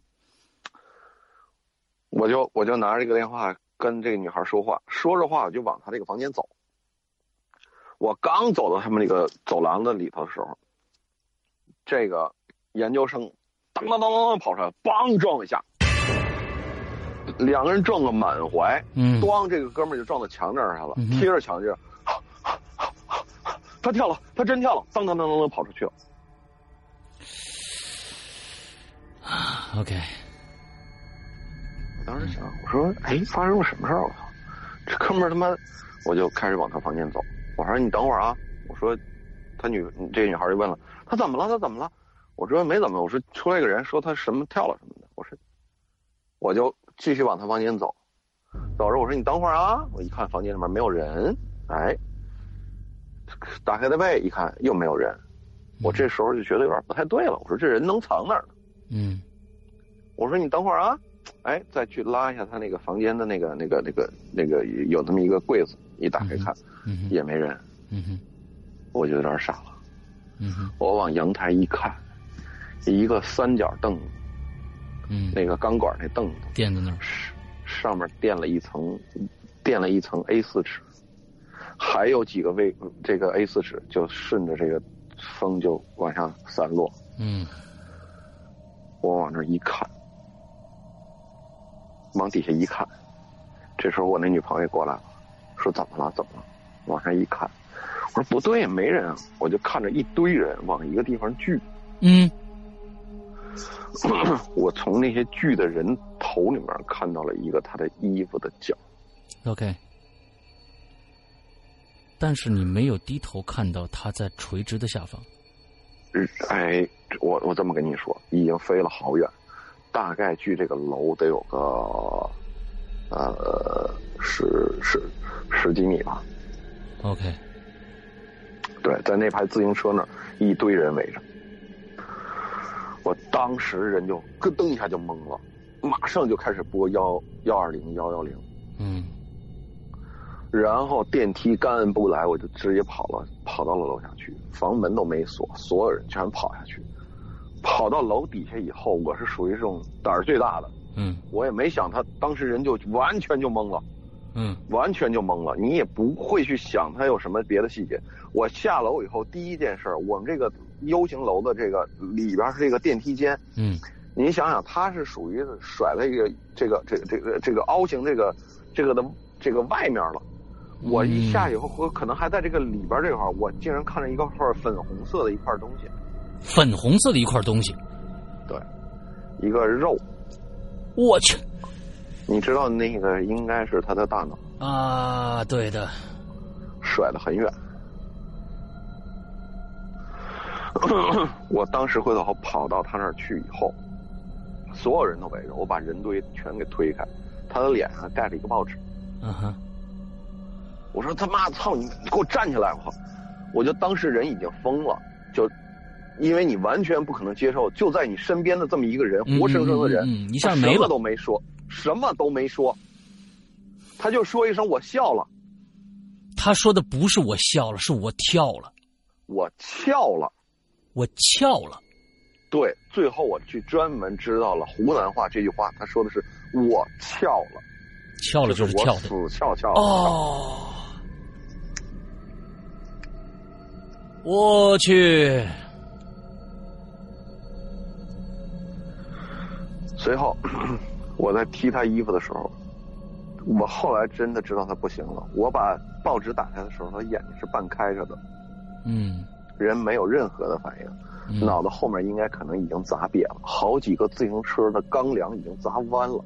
我就我就拿这个电话跟这个女孩说话，说着话我就往她这个房间走。我刚走到他们那个走廊的里头的时候，这个研究生当当当当跑出来，梆撞一下，两个人撞个满怀， 嗯， 咣，这个哥们儿就撞到墙那儿上了， 嗯、 贴着墙就。他跳了，他真跳了，当当当当当跑出去了。 OK， 我当时想，我说，哎，发生了什么事儿？我操，这哥们儿他妈，我就开始往他房间走。我说你等会儿啊，我说，他女这个女孩就问了，他怎么了？他怎么了？我说没怎么，我说出来一个人说他什么跳了什么的。我说，我就继续往他房间走，走着我说你等会儿啊，我一看房间里面没有人，哎。打开的被一看又没有人，我这时候就觉得有点不太对了，我说这人能藏哪儿呢？ 嗯， 我说你等会儿啊，哎，再去拉一下他那个房间的那个那个那个那个有这么一个柜子，一打开看， 嗯、 也没人， 嗯哼， 我就有点傻了， 嗯哼， 我往阳台一看，一个三角凳子， 嗯， 那个钢管那凳子垫在那儿， 上面垫了一层，垫了一层 A 四 纸。还有几个位，这个 A 四 纸就顺着这个风就往下散落。 嗯， 我往那一看，往底下一看，这时候我那女朋友也过来了，说怎么了？怎么了？往上一看，我说不对，没人啊！我就看着一堆人往一个地方聚。 嗯， 我从那些聚的人头里面看到了一个他的衣服的角。 OK。但是你没有低头看到他在垂直的下方。 哎，我我这么跟你说，已经飞了好远，大概距这个楼得有个呃十十十几米吧。 OK。 对，在那排自行车那儿一堆人围着，我当时人就咯噔一下就懵了，马上就开始拨幺幺二零幺幺零。 嗯。 然后电梯刚按不来，我就直接跑了，跑到了楼下去，房门都没锁，所有人全跑下去。跑到楼底下以后，我是属于这种胆儿最大的， 嗯， 我也没想他当时人就完全就懵了， 嗯， 完全就懵了，你也不会去想他有什么别的细节。我下楼以后，第一件事，我们这个 U 型楼的这个里边是这个电梯间， 嗯， 你想想，它是属于甩了一个这个这个这个这个凹型这个这个的这个外面了。我一下以后，我可能还在这个里边这块，我竟然看着一个块粉红色的一块东西， 粉红色的一块东西， 对，一个肉， 我去， 你知道那个应该是他的大脑啊，对的， 甩得很远。我当时回头跑到他那儿去以后， 所有人都围着，我把人堆全给推开，他的脸上盖着一个报纸。 嗯哼， 我说他妈操你，你给我站起来！我，我就当时人已经疯了，就因为你完全不可能接受，就在你身边的这么一个人，活生生的人， 嗯嗯嗯、一下没了， 什么都没说，什么都没说，他就说一声我笑了。 他说的不是我笑了，是我跳了， 我翘了， 我翘了。 对，最后我去专门知道了湖南话这句话，他说的是我翘了， 翘了就是跳的， 死翘翘哦，我去。 随后我在踢他衣服的时候，我后来真的知道他不行了。我把报纸打开的时候，他眼睛是半开着的， 嗯， 人没有任何的反应。嗯、脑袋后面应该可能已经砸瘪了，好几个自行车的钢梁已经砸弯了。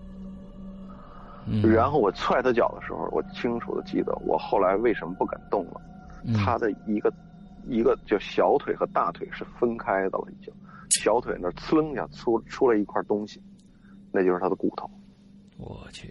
嗯、 然后我踹他脚的时候，我清楚的记得我后来为什么不敢动了。 嗯、 他的一个一个就小腿和大腿是分开的了，已经小腿那呲楞一下出出来一块东西，那就是他的骨头。 我去！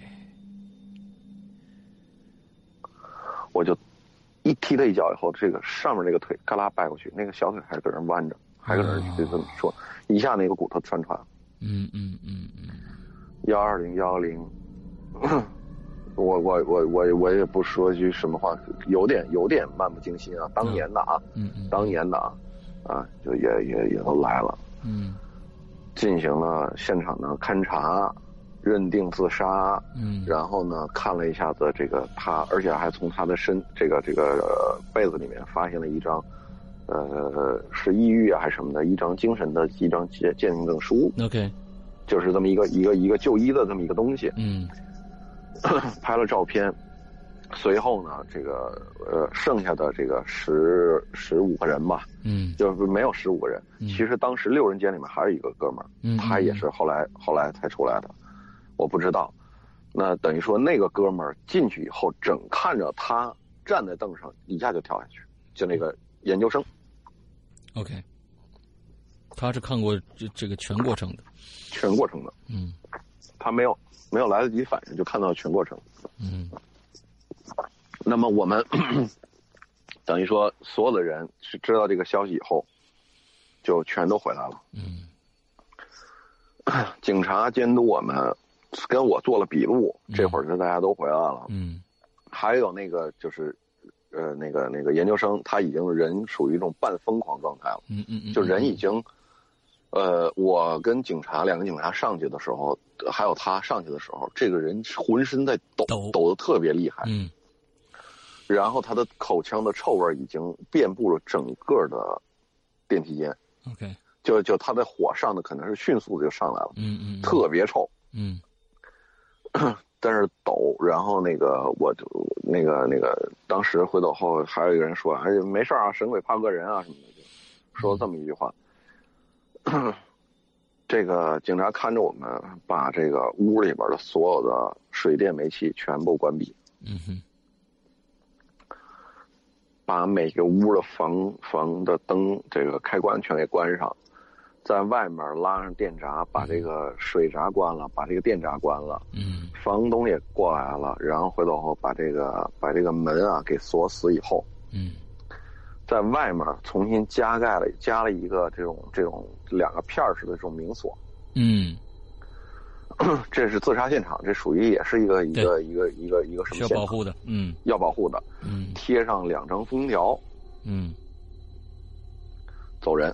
我就一踢他一脚以后，这个上面那个腿嘎啦掰过去，那个小腿还搁那弯着，还搁那就这么说，一下那个骨头穿穿了。 嗯嗯嗯嗯。 幺二零幺零，我我我我我也不说句什么话，有点有点漫不经心啊，当年的啊， 嗯嗯， 当年的啊，啊，就也也也都来了， 嗯， 进行了现场的勘查。认定自杀， 嗯， 然后呢，看了一下子这个他，而且还从他的身这个这个、呃、被子里面发现了一张，呃，是抑郁啊还是什么的一张精神的一张鉴鉴定证书。 OK， 就是这么一个一个一个就医的这么一个东西。 嗯， 拍了照片，随后呢，这个呃剩下的这个十十五个人吧， 嗯， 就是没有十五个人、 嗯， 其实当时六人间里面还有一个哥们儿， 嗯， 他也是后来后来才出来的。我不知道，那等于说那个哥们儿进去以后，整看着他站在凳上，一下就跳下去，就那个研究生。 OK， 他是看过这这个全过程的， 全过程的， 嗯， 他没有没有来得及反应，就看到全过程， 嗯。 那么我们等于说所有的人是知道这个消息以后，就全都回来了。 嗯， 警察监督我们。跟我做了笔录，这会儿就大家都回来了。 嗯， 还有那个就是，呃，那个那个研究生，他已经人属于一种半疯狂状态了。 嗯嗯嗯， 就人已经，呃，我跟警察两个警察上去的时候，还有他上去的时候，这个人浑身在抖， 抖抖得特别厉害。 嗯， 然后他的口腔的臭味已经遍布了整个的电梯间。 OK， 就就他的火上的可能是迅速的就上来了。 嗯 嗯, 嗯， 特别臭。 嗯。 但是抖，然后那个我就那个那个当时回头后还有一个人说，哎，没事啊，神鬼怕恶人啊什么的，就说了这么一句话。嗯、这个警察看着我们把这个屋里边的所有的水电煤气全部关闭， 嗯哼， 把每个屋的房房的灯这个开关全给关上。在外面拉上电闸，把这个水闸关了，把这个电闸关了。 嗯， 房东也过来了，然后回头后把这个把这个门啊给锁死以后， 嗯， 在外面重新加盖了，加了一个这种这种两个片式的这种明锁。 嗯， 这是自杀现场，这属于也是一个一个一个一个一个什么需要保护的，嗯， 要保护的， 嗯， 贴上两张封条， 嗯， 走人。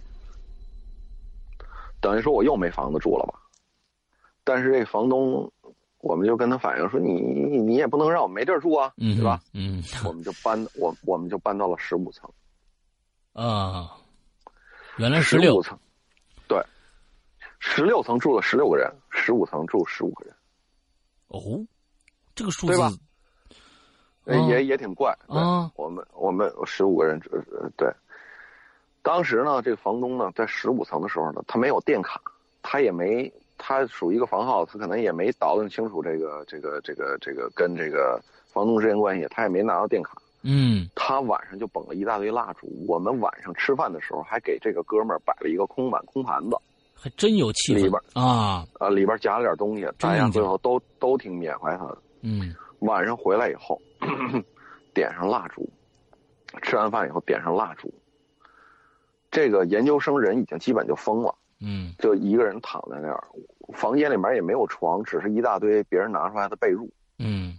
等于说我又没房子住了吧？但是这个房东，我们就跟他反映说，你你你也不能让我没地儿住啊， 嗯、 对吧？ 嗯， 我们就搬我我们就搬到了十五层。 啊，原来十六层，对，十六层住了十六个人，十五层住十五个人。 哦，这个数字对吧？哦、也也挺怪啊。 我们我们十五个人，呃，对。当时呢，这个房东呢，在十五层的时候呢，他没有电卡，他也没，他属于一个房号，他可能也没捣乱清楚这个这个这个这个跟这个房东之间关系，他也没拿到电卡。 嗯， 他晚上就捧了一大堆蜡烛，我们晚上吃饭的时候还给这个哥们儿摆了一个空碗空盘子。 还真有气氛里边啊啊，里边夹了点东西，大家最后都都挺缅怀他的。 嗯， 晚上回来以后，咳咳点上蜡烛，吃完饭以后点上蜡烛。这个研究生人已经基本就疯了， 嗯， 就一个人躺在那儿，房间里面也没有床，只是一大堆别人拿出来的被褥。 嗯，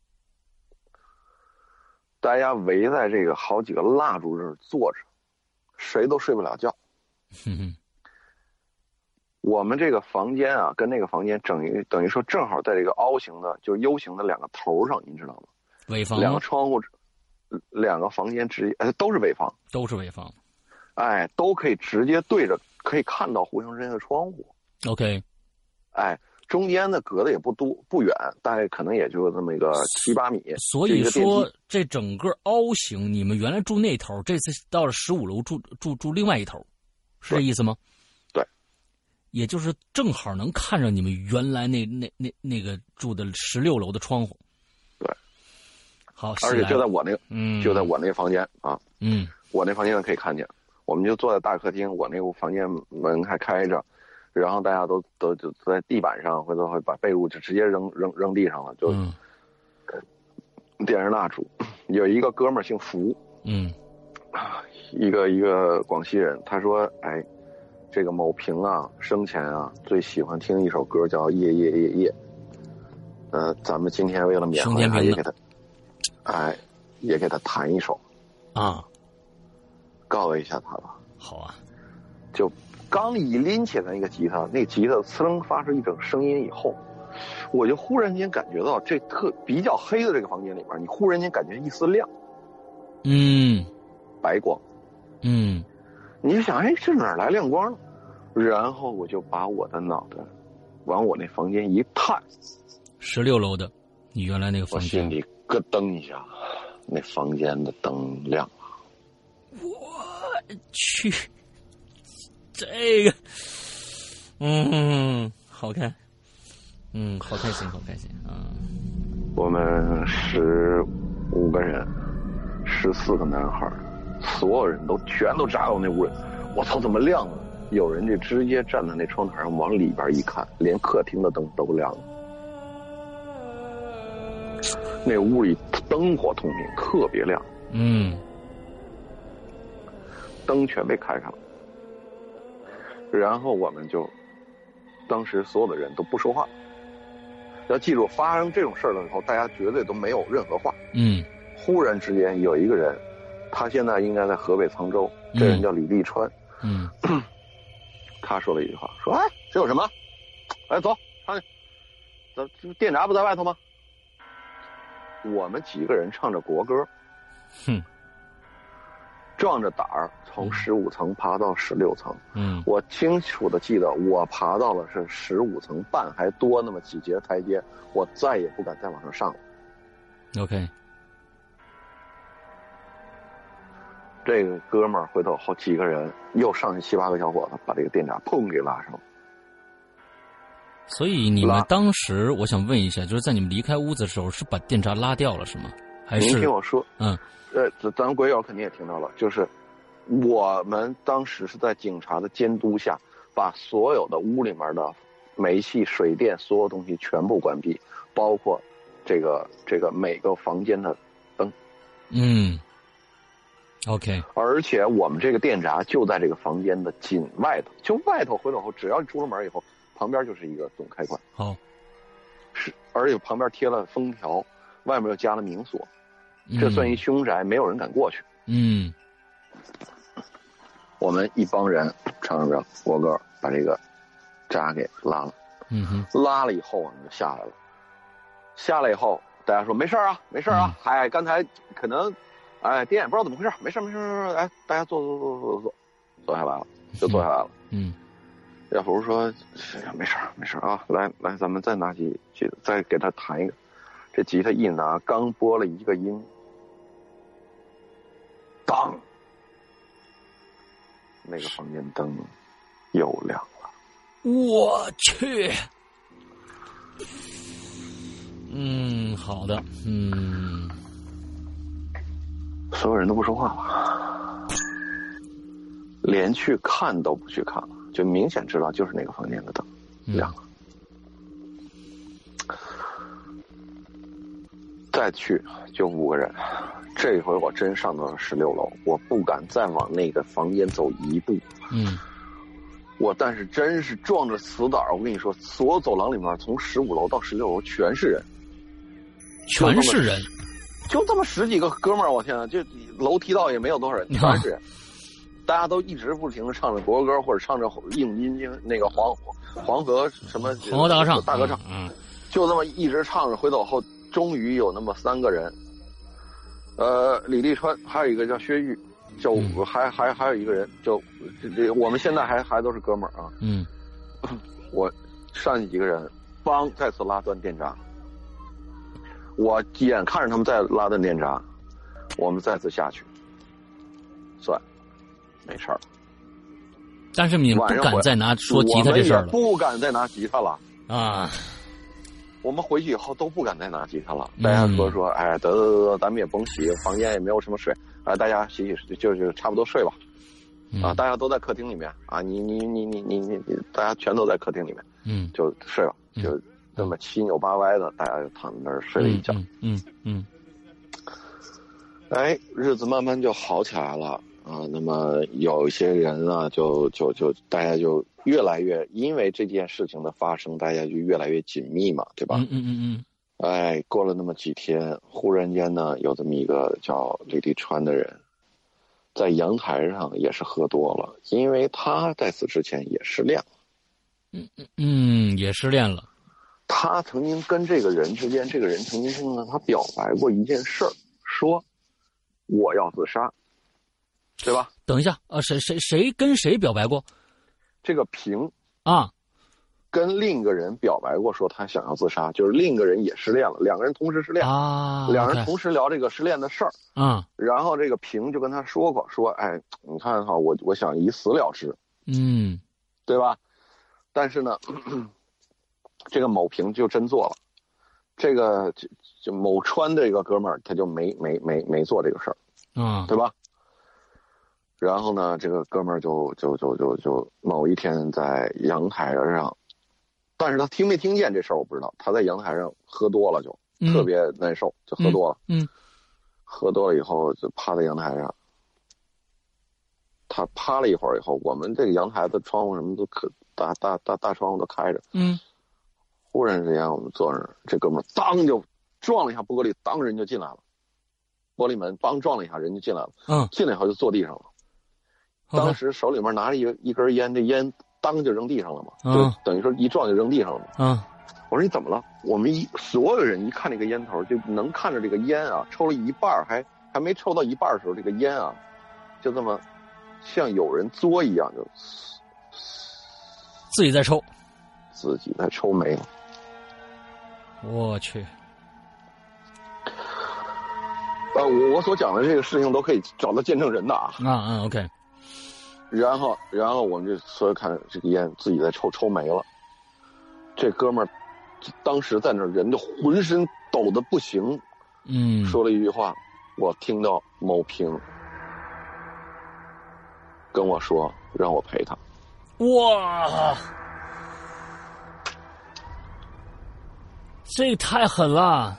大家围在这个好几个蜡烛这儿坐着，谁都睡不了觉。 哼哼。 我们这个房间啊，跟那个房间等于等于说正好在这个凹形的，就是 U 型的两个头上，你知道吗？ 尾房， 两个窗户，两个房间直接，哎，都是尾房， 都是尾房， 哎，都可以直接对着，可以看到互相之间的窗户。 OK， 哎，中间的隔的也不多不远，大概可能也就那么一个七八米。 所以说这整个凹形，你们原来住那头，这次到了十五楼住住住另外一头，是这意思吗？ 对， 也就是正好能看着你们原来那那那那个住的十六楼的窗户。 对， 好， 而且就在我那个， 嗯， 就在我那个房间啊， 嗯， 我那房间可以看见，我们就坐在大客厅，我那个房间门还开着。然后大家都都就在地板上，回头会把被褥就直接扔扔扔地上了，就点上蜡烛。有一个哥们儿姓福， 嗯， 一个一个广西人，他说：“哎，这个某平啊，生前啊最喜欢听一首歌叫《夜夜夜夜》。呃，咱们今天为了缅怀他，也给他，哎，也给他弹一首啊， 告慰一下他吧。” 好啊， 就。刚一拎起来那个吉他，那个吉他呲楞发出一整声音以后，我就忽然间感觉到这特比较黑的这个房间里面，你忽然间感觉一丝亮， 嗯， 白光， 嗯， 你就想，哎，这哪来亮光了？然后我就把我的脑袋往我那房间一探， 十六楼的，你原来那个房间， 我心里咯噔一下，那房间的灯亮了， 我去。这个，嗯，好看，嗯，好开心，好开心啊！ 我们十五个人，十四个男孩，所有人都全都扎到那屋里。我操，怎么亮了？有人就直接站在那窗台上往里边一看，连客厅的灯都亮了。那屋里灯火通明，特别亮。 嗯， 灯全被开开了。然后我们就，当时所有的人都不说话。要记住，发生这种事儿了以后，大家绝对都没有任何话。 嗯。 忽然之间有一个人，他现在应该在河北沧州，这人叫李立川。 嗯。 他说了一句话，说：“哎，这有什么？哎，走上去。咱电闸不在外头吗？”我们几个人唱着国歌， 哼。 壮着胆儿从十五层爬到十六层， 嗯， 我清楚的记得我爬到了是十五层半还多那么几节台阶，我再也不敢再往上上了。 OK， 这个哥们儿回头好几个人又上去七八个小伙子把这个电闸砰给拉上了。 所以你们当时，我想问一下，就是在你们离开屋子的时候，是把电闸拉掉了是吗？还是？ 您听我说， 嗯。 呃，咱们鬼友肯定也听到了，就是我们当时是在警察的监督下，把所有的屋里面的煤气、水电所有东西全部关闭，包括这个这个每个房间的灯。 嗯 ，OK。 而且我们这个电闸就在这个房间的紧外头，就外头回头后，只要你出了门以后，旁边就是一个总开关。 好， 是，而且旁边贴了封条，外面又加了明锁。这算一凶宅，没有人敢过去。 嗯， 我们一帮人唱着国歌，把这个闸给拉了。 嗯哼， 拉了以后我们就下来了。下来以后，大家说没事啊，没事啊。嗯、哎，刚才可能，哎，电也不知道怎么回事，没事没事没事。哎，大家坐坐坐坐坐坐，坐下来了，就坐下来了。 嗯， 要不说没事没事啊，来来，咱们再拿起吉他，再给他弹一个。这吉他一拿，刚拨了一个音。当，那个房间灯又亮了。 我去，嗯，好的，嗯， 所有人都不说话了，连去看都不去看了， 就明显知道就是那个房间的灯亮了。嗯、再去就五个人，这回我真上到了十六楼，我不敢再往那个房间走一步。 嗯， 我但是真是壮着死胆，我跟你说，所有走廊里面从十五楼到十六楼全是人， 全是人， 就这么十几个哥们儿，我天啊，就楼梯道也没有多少人，全是人。大家都一直不停的唱着国歌或者唱着应音经那个黄黄河什么黄河大歌唱大歌唱， 嗯， 就这么一直唱着。回头后，终于有那么三个人，呃，李立川，还有一个叫薛玉，就还还还有一个人，就这我们现在还还都是哥们儿啊。 嗯， 我上去几个人，帮再次拉断电闸，我眼看着他们再拉断电闸，我们再次下去，算。没事儿， 但是你不敢再拿说吉他这事儿了， 不敢再拿吉他了啊！ 我们回去以后都不敢再拿吉他了。大家说说，哎，得得得，咱们也甭洗，房间也没有什么水，啊，大家洗洗就就差不多睡吧。啊，大家都在客厅里面啊，你你你你你你你，大家全都在客厅里面， 嗯， 就睡吧，就这么七扭八歪的，大家就躺在那儿睡了一觉。 嗯嗯嗯。 哎，日子慢慢就好起来了。啊，那么有一些人呢，就就就大家就越来越，因为这件事情的发生，大家就越来越紧密嘛，对吧？ 嗯嗯嗯嗯。 哎，过了那么几天，忽然间呢，有这么一个叫李立川的人，在阳台上也是喝多了，因为他在此之前也失恋了。 嗯嗯嗯，也失恋了。 他曾经跟这个人之间，这个人曾经跟他表白过一件事儿，说我要自杀。对吧？ 等一下啊，谁谁谁跟谁表白过？ 这个平啊， 跟另一个人表白过，说他想要自杀，就是另一个人也失恋了，两个人同时失恋啊， 两人同时聊这个失恋的事儿啊。 然后这个平就跟他说过，说哎，你看哈，我我想以死了之， 嗯， 对吧？但是呢，咳咳这个某平就真做了，这个就就某川这个哥们儿他就没没没没做这个事儿， 啊， 对吧？然后呢，这个哥们儿就就就就就某一天在阳台上，但是他听没听见这事儿我不知道。他在阳台上喝多了就，就特别难受，就喝多了。 嗯， 喝多了以后就趴在阳台上。他趴了一会儿以后，我们这个阳台的窗户什么都可大大大大窗户都开着。 嗯， 忽然之间我们坐那儿，这哥们儿当就撞了一下玻璃，当人就进来了。玻璃门梆撞了一下，人就进来了。嗯，进来以后就坐地上了。当时手里面拿着一一根烟，这烟当就扔地上了嘛，嗯、就等于说一撞就扔地上了嘛。 嗯， 我说你怎么了？我们一所有人一看这个烟头，就能看着这个烟啊，抽了一半，还还没抽到一半的时候，这个烟啊，就这么像有人嘬一样，就自己在抽， 自己在抽没了。 我去。 呃，我我所讲的这个事情都可以找到见证人的啊。 啊啊 ，OK。 然后，然后我们就所有看这个烟自己在抽，抽没了。这哥们儿当时在那儿，人就浑身抖得不行。 嗯。 说了一句话，我听到某平跟我说让我陪他。 哇，这太狠了！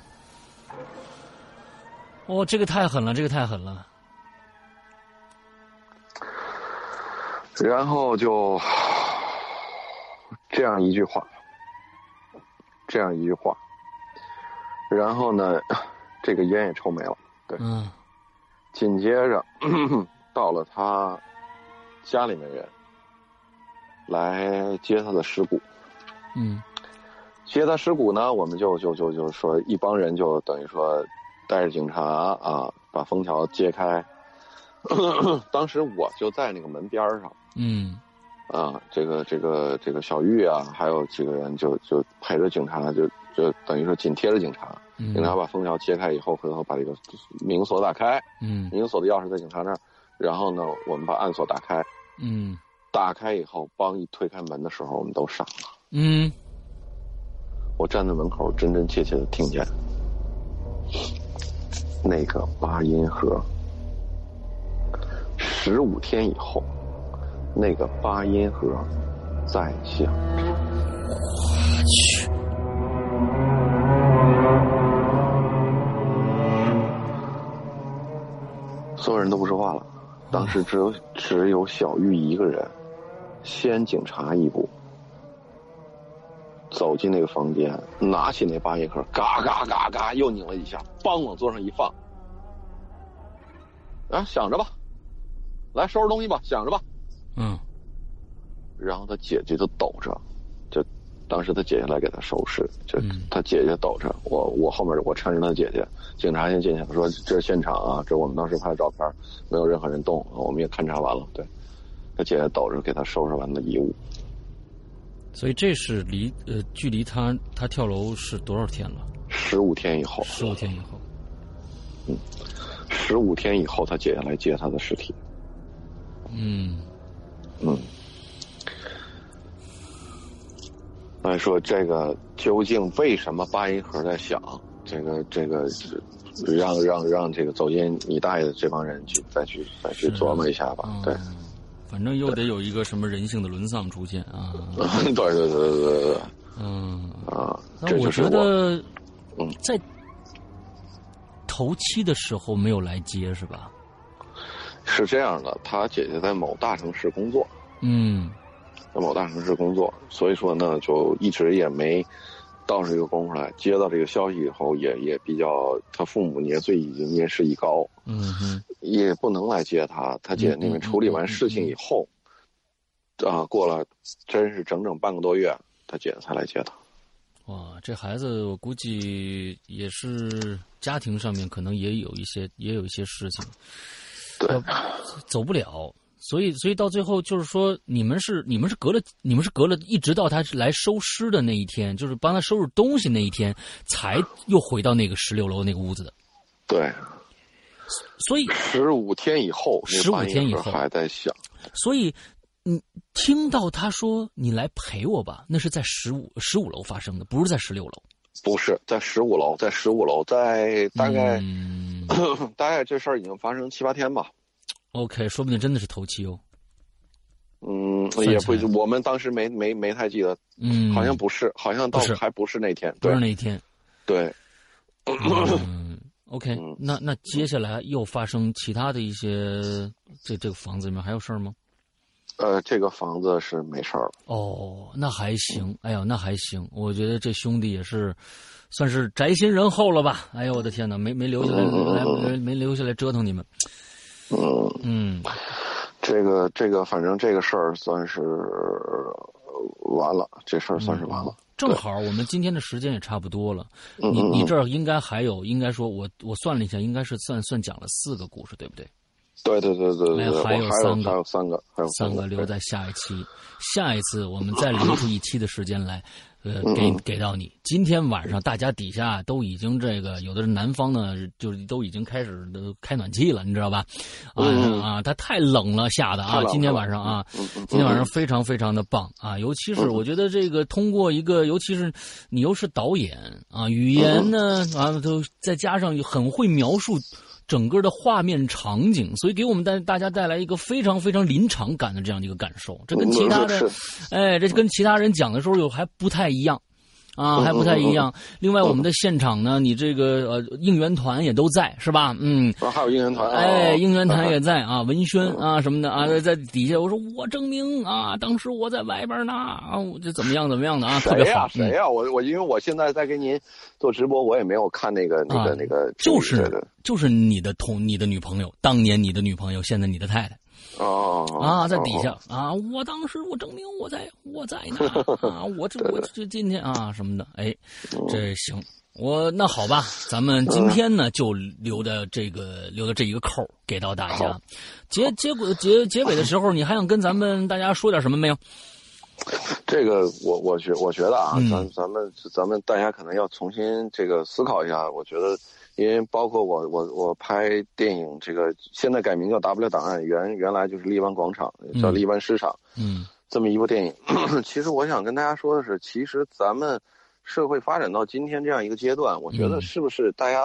哦，这个太狠了，这个太狠了。 然后就这样一句话，这样一句话，然后呢，这个烟也抽没了。对， 嗯。 紧接着咳咳到了他家里面人来接他的尸骨。 嗯。 接他尸骨呢，我们就就就就说一帮人就等于说。带着警察啊，把封条揭开。当时我就在那个门边上， 嗯， 啊，这个这个这个小玉啊，还有几个人就就陪着警察，就就等于说紧贴着警察。 嗯、 警察把封条揭开以后，回头把这个明锁打开。 嗯， 明锁的钥匙在警察那儿，然后呢，我们把暗锁打开。 嗯， 打开以后，帮一推开门的时候，我们都傻了。 嗯， 我站在门口，真真切切的听见。那个八音盒，十五天以后，那个八音盒在想着。 我去！ 所有人都不说话了，当时只有只有小玉一个人，先警察一步，走进那个房间，拿起那八叶壳，嘎嘎嘎嘎又拧了一下，梆往桌上一放，啊，想着吧，来收拾东西吧，想着吧， 嗯， 然后他姐姐就抖着，就当时他姐姐来给他收拾，就他姐姐抖着，我我后面我搀着他姐姐，警察先进去说这是现场啊，这是我们当时拍的照片，没有任何人动，我们也勘察完了，对，他姐姐抖着给他收拾完的遗物。 所以这是离呃距离他他跳楼是多少天了？ 十五天以后。 十五天以后。 嗯，十五天以后，他姐姐来接他的尸体。 嗯嗯。来说这个究竟为什么八音盒在响？这个这个让让让这个走进你大爷的这帮人去再去再去琢磨一下吧。嗯、对。 反正又得有一个什么人性的沦丧出现啊！ 对对对对对对， 嗯啊， 那我觉得，嗯，在头七的时候没有来接是吧？ 是这样的，他姐姐在某大城市工作， 嗯， 在某大城市工作，所以说呢，就一直也没到这个功夫来。接到这个消息以后也，也也比较，他父母年岁已经年事已高， 嗯哼。 也不能来接他，他姐那边处理完事情以后，啊、呃，过了真是整整半个多月，他姐才来接他。 哇，这孩子我估计也是家庭上面可能也有一些也有一些事情， 对， 呃、走不了，所以所以到最后就是说，你们是你们是隔了你们是隔了一直到他来收尸的那一天，就是帮他收拾东西那一天，才又回到那个十六楼那个屋子的。 对。 所以十五天以后， 十五天以后还在想。 所以你听到他说你来陪我吧，那是在十五十五楼发生的，不是在十六楼。 不是在十五楼，在十五楼，在大概、嗯、大概这事儿已经发生七八天吧。 OK， 说不定真的是头七哦。 嗯，也不，我们当时没没没太记得， 嗯， 好像不是，好像到还不是那天， 不是那一天， 对。 嗯OK，、 嗯、 那那接下来又发生其他的一些，这这个房子里面还有事儿吗？ 呃，这个房子是没事儿了。 哦，那还行。哎呦，那还行。我觉得这兄弟也是，算是宅心仁厚了吧？哎呦，我的天哪，没没留下来， 嗯、 没没留下来折腾你们。 嗯嗯， 这个这个，反正这个事儿算是完了，这事儿算是完了。 嗯正好我们今天的时间也差不多了， 嗯、 你你这儿应该还有，应该说我我算了一下，应该是算算讲了四个故事，对不对？ 对对对对对， 还有三个， 还有三个，还有三个留在下一期，下一次我们再留出一期的时间来，呃，给给到你。今天晚上大家底下都已经这个，有的是南方呢，就是都已经开始都开暖气了，你知道吧？啊、 嗯、 啊，它太冷了，下的啊，今天晚上啊，今天晚上非常非常的棒啊，尤其是我觉得这个通过一个，尤其是你又是导演啊，语言呢啊，都再加上很会描述整个的画面场景，所以给我们带大家带来一个非常非常临场感的这样的一个感受。这跟其他的，哎，这跟其他人讲的时候有还不太一样，啊，还不太一样。另外，我们的现场呢，你这个呃应援团也都在，是吧？嗯， 还有应援团， 哎，应援团也在啊，文轩啊什么的啊，在底下我说我证明啊，当时我在外边呢啊，我这怎么样怎么样的啊，特别好。 谁呀？谁呀？我我因为我现在在给您做直播，我也没有看那个那个那个， 就是就是你的同你的女朋友，当年你的女朋友，现在你的太太。 哦啊，在底下啊，我当时我证明我在我在呢啊，我这我这今天啊什么的，哎，这行，我那好吧，咱们今天呢就留的这个留的这一个扣给到大家，结结果结结尾的时候，你还想跟咱们大家说点什么没有？ 这个我我觉我觉得啊，嗯、咱咱们咱们大家可能要重新这个思考一下，我觉得。因为包括我我我拍电影，这个现在改名叫 W 档案，原原来就是荔湾广场，叫荔湾市场， 嗯， 这么一部电影。其实我想跟大家说的是，其实咱们社会发展到今天这样一个阶段，我觉得是不是大家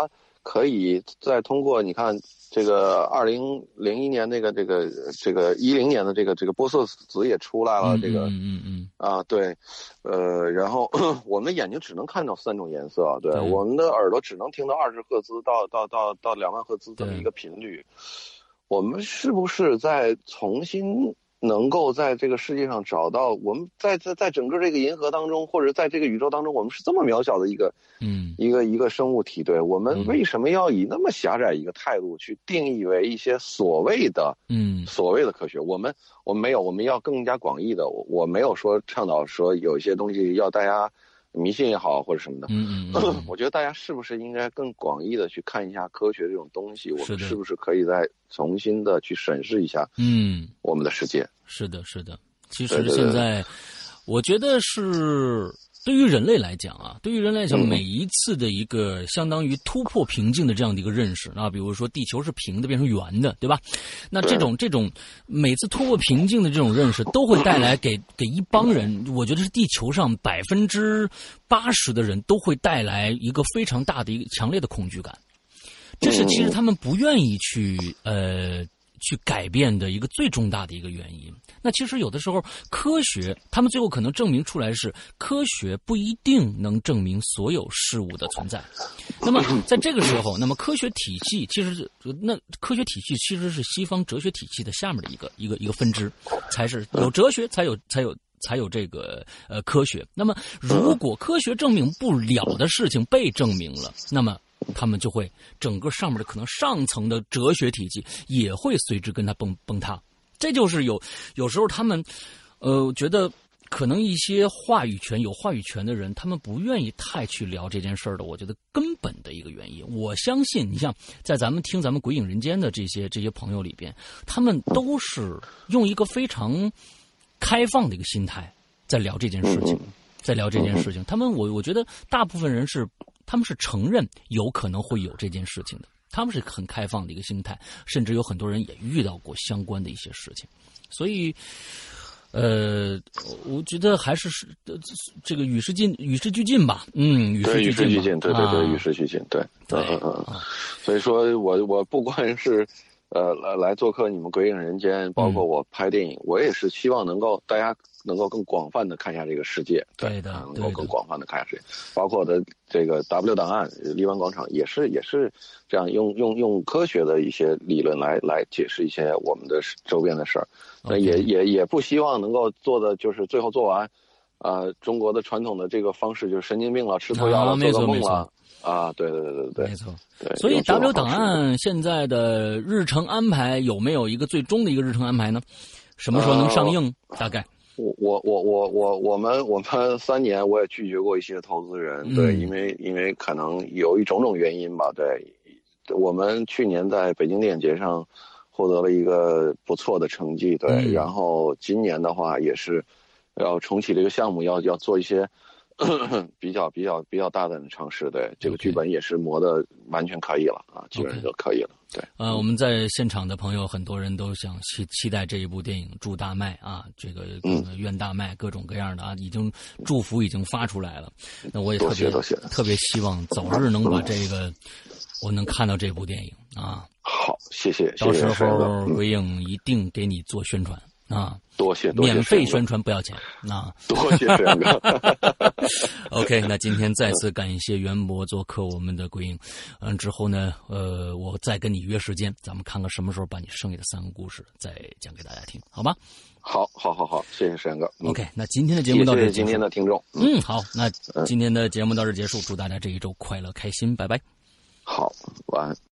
可以再通过你看这个二零零一年那个这个这个一零年的这个这个玻色子也出来了，这个嗯嗯嗯啊对，呃，然后我们的眼睛只能看到三种颜色，对， 对我们的耳朵只能听到二十赫兹到到到到两万赫兹这么一个频率，我们是不是在重新能够在这个世界上找到我们在在在整个这个银河当中，或者在这个宇宙当中，我们是这么渺小的一个嗯一个一个生物体，对，我们为什么要以那么狭窄一个态度去定义为一些所谓的嗯所谓的科学？我们我们没有，我们要更加广义的。我我没有说倡导说有一些东西要大家迷信也好或者什么的。 嗯嗯嗯， 我觉得大家是不是应该更广义的去看一下科学这种东西？我们是的是不是可以再重新的去审视一下嗯， 我们的世界？ 是的，是的。其实对对对现在，我觉得是对于人类来讲啊，对于人类来讲， 嗯每一次的一个相当于突破瓶颈的这样的一个认识啊，比如说地球是平的变成圆的，对吧？那这种这种每次突破瓶颈的这种认识，都会带来给给一帮人，我觉得是地球上百分之八十的人都会带来一个非常大的一个强烈的恐惧感。这是其实他们不愿意去呃。去改变的一个最重大的一个原因。那其实有的时候科学，他们最后可能证明出来是科学不一定能证明所有事物的存在。那么在这个时候，那么科学体系其实那科学体系其实是西方哲学体系的下面的一个一个一个分支，才是有哲学才有才有。才有这个呃科学。那么如果科学证明不了的事情被证明了，那么他们就会整个上面的可能上层的哲学体系也会随之跟它崩崩塌。这就是有有时候他们呃觉得可能一些话语权有话语权的人，他们不愿意太去聊这件事儿的，我觉得根本的一个原因。我相信你像在咱们听咱们鬼影人间的这些这些朋友里边，他们都是用一个非常开放的一个心态在聊这件事情，在聊这件事情。他们我我觉得大部分人是他们是承认有可能会有这件事情的，他们是很开放的一个心态，甚至有很多人也遇到过相关的一些事情。所以呃我觉得还是是这个与时进与时俱进吧。嗯，与时俱进， 对对对，与时俱进，对， 对， 嗯嗯嗯。所以说我我不光是呃，来来做客你们鬼影人间，包括我拍电影，嗯、我也是希望能够大家能够更广泛的看一下这个世界， 对的， 能够更广泛的看一下世界，包括我的这个 W 档案、荔湾广场也是也是这样用用用科学的一些理论来来解释一些我们的周边的事儿，那、okay. 也也也不希望能够做的就是最后做完，呃，中国的传统的这个方式就是神经病了，吃错药了， 啊、 做个梦了。啊，对对对对对， 没错。 对， 所以 W 档案现在的日程安排有没有一个最终的一个日程安排呢？什么时候能上映？呃、大概？ 我我我我我我们我们三年我也拒绝过一些投资人， 嗯、 对，因为因为可能有一种种原因吧，对。我们去年在北京电影节上获得了一个不错的成绩，对，嗯、然后今年的话也是要重启这个项目，要要做一些。比较比较比较大胆的尝试，对，这个剧本也是磨的完全可以了啊，基本上就可以了。对， 呃，我们在现场的朋友很多人都想期期待这一部电影，祝大卖啊，这个愿大卖，各种各样的啊，已经祝福已经发出来了。那我也特别特别希望早日能把这个、嗯、我能看到这部电影啊。 好，谢谢， 到时候鬼影一定给你做宣传。啊， 多谢，多谢免费宣传不要钱啊！ 多谢轩哥。 OK， 那今天再次感谢袁博做客我们的鬼影，嗯，之后呢，呃，我再跟你约时间，咱们看看什么时候把你剩下的三个故事再讲给大家听，好吧？ 好，好，好，好，谢谢轩哥。 嗯、OK， 那今天的节目到这结束。 谢谢今天的听众。 嗯，好，那今天的节目到这结束，祝大家这一周快乐开心，拜拜。 好，晚安。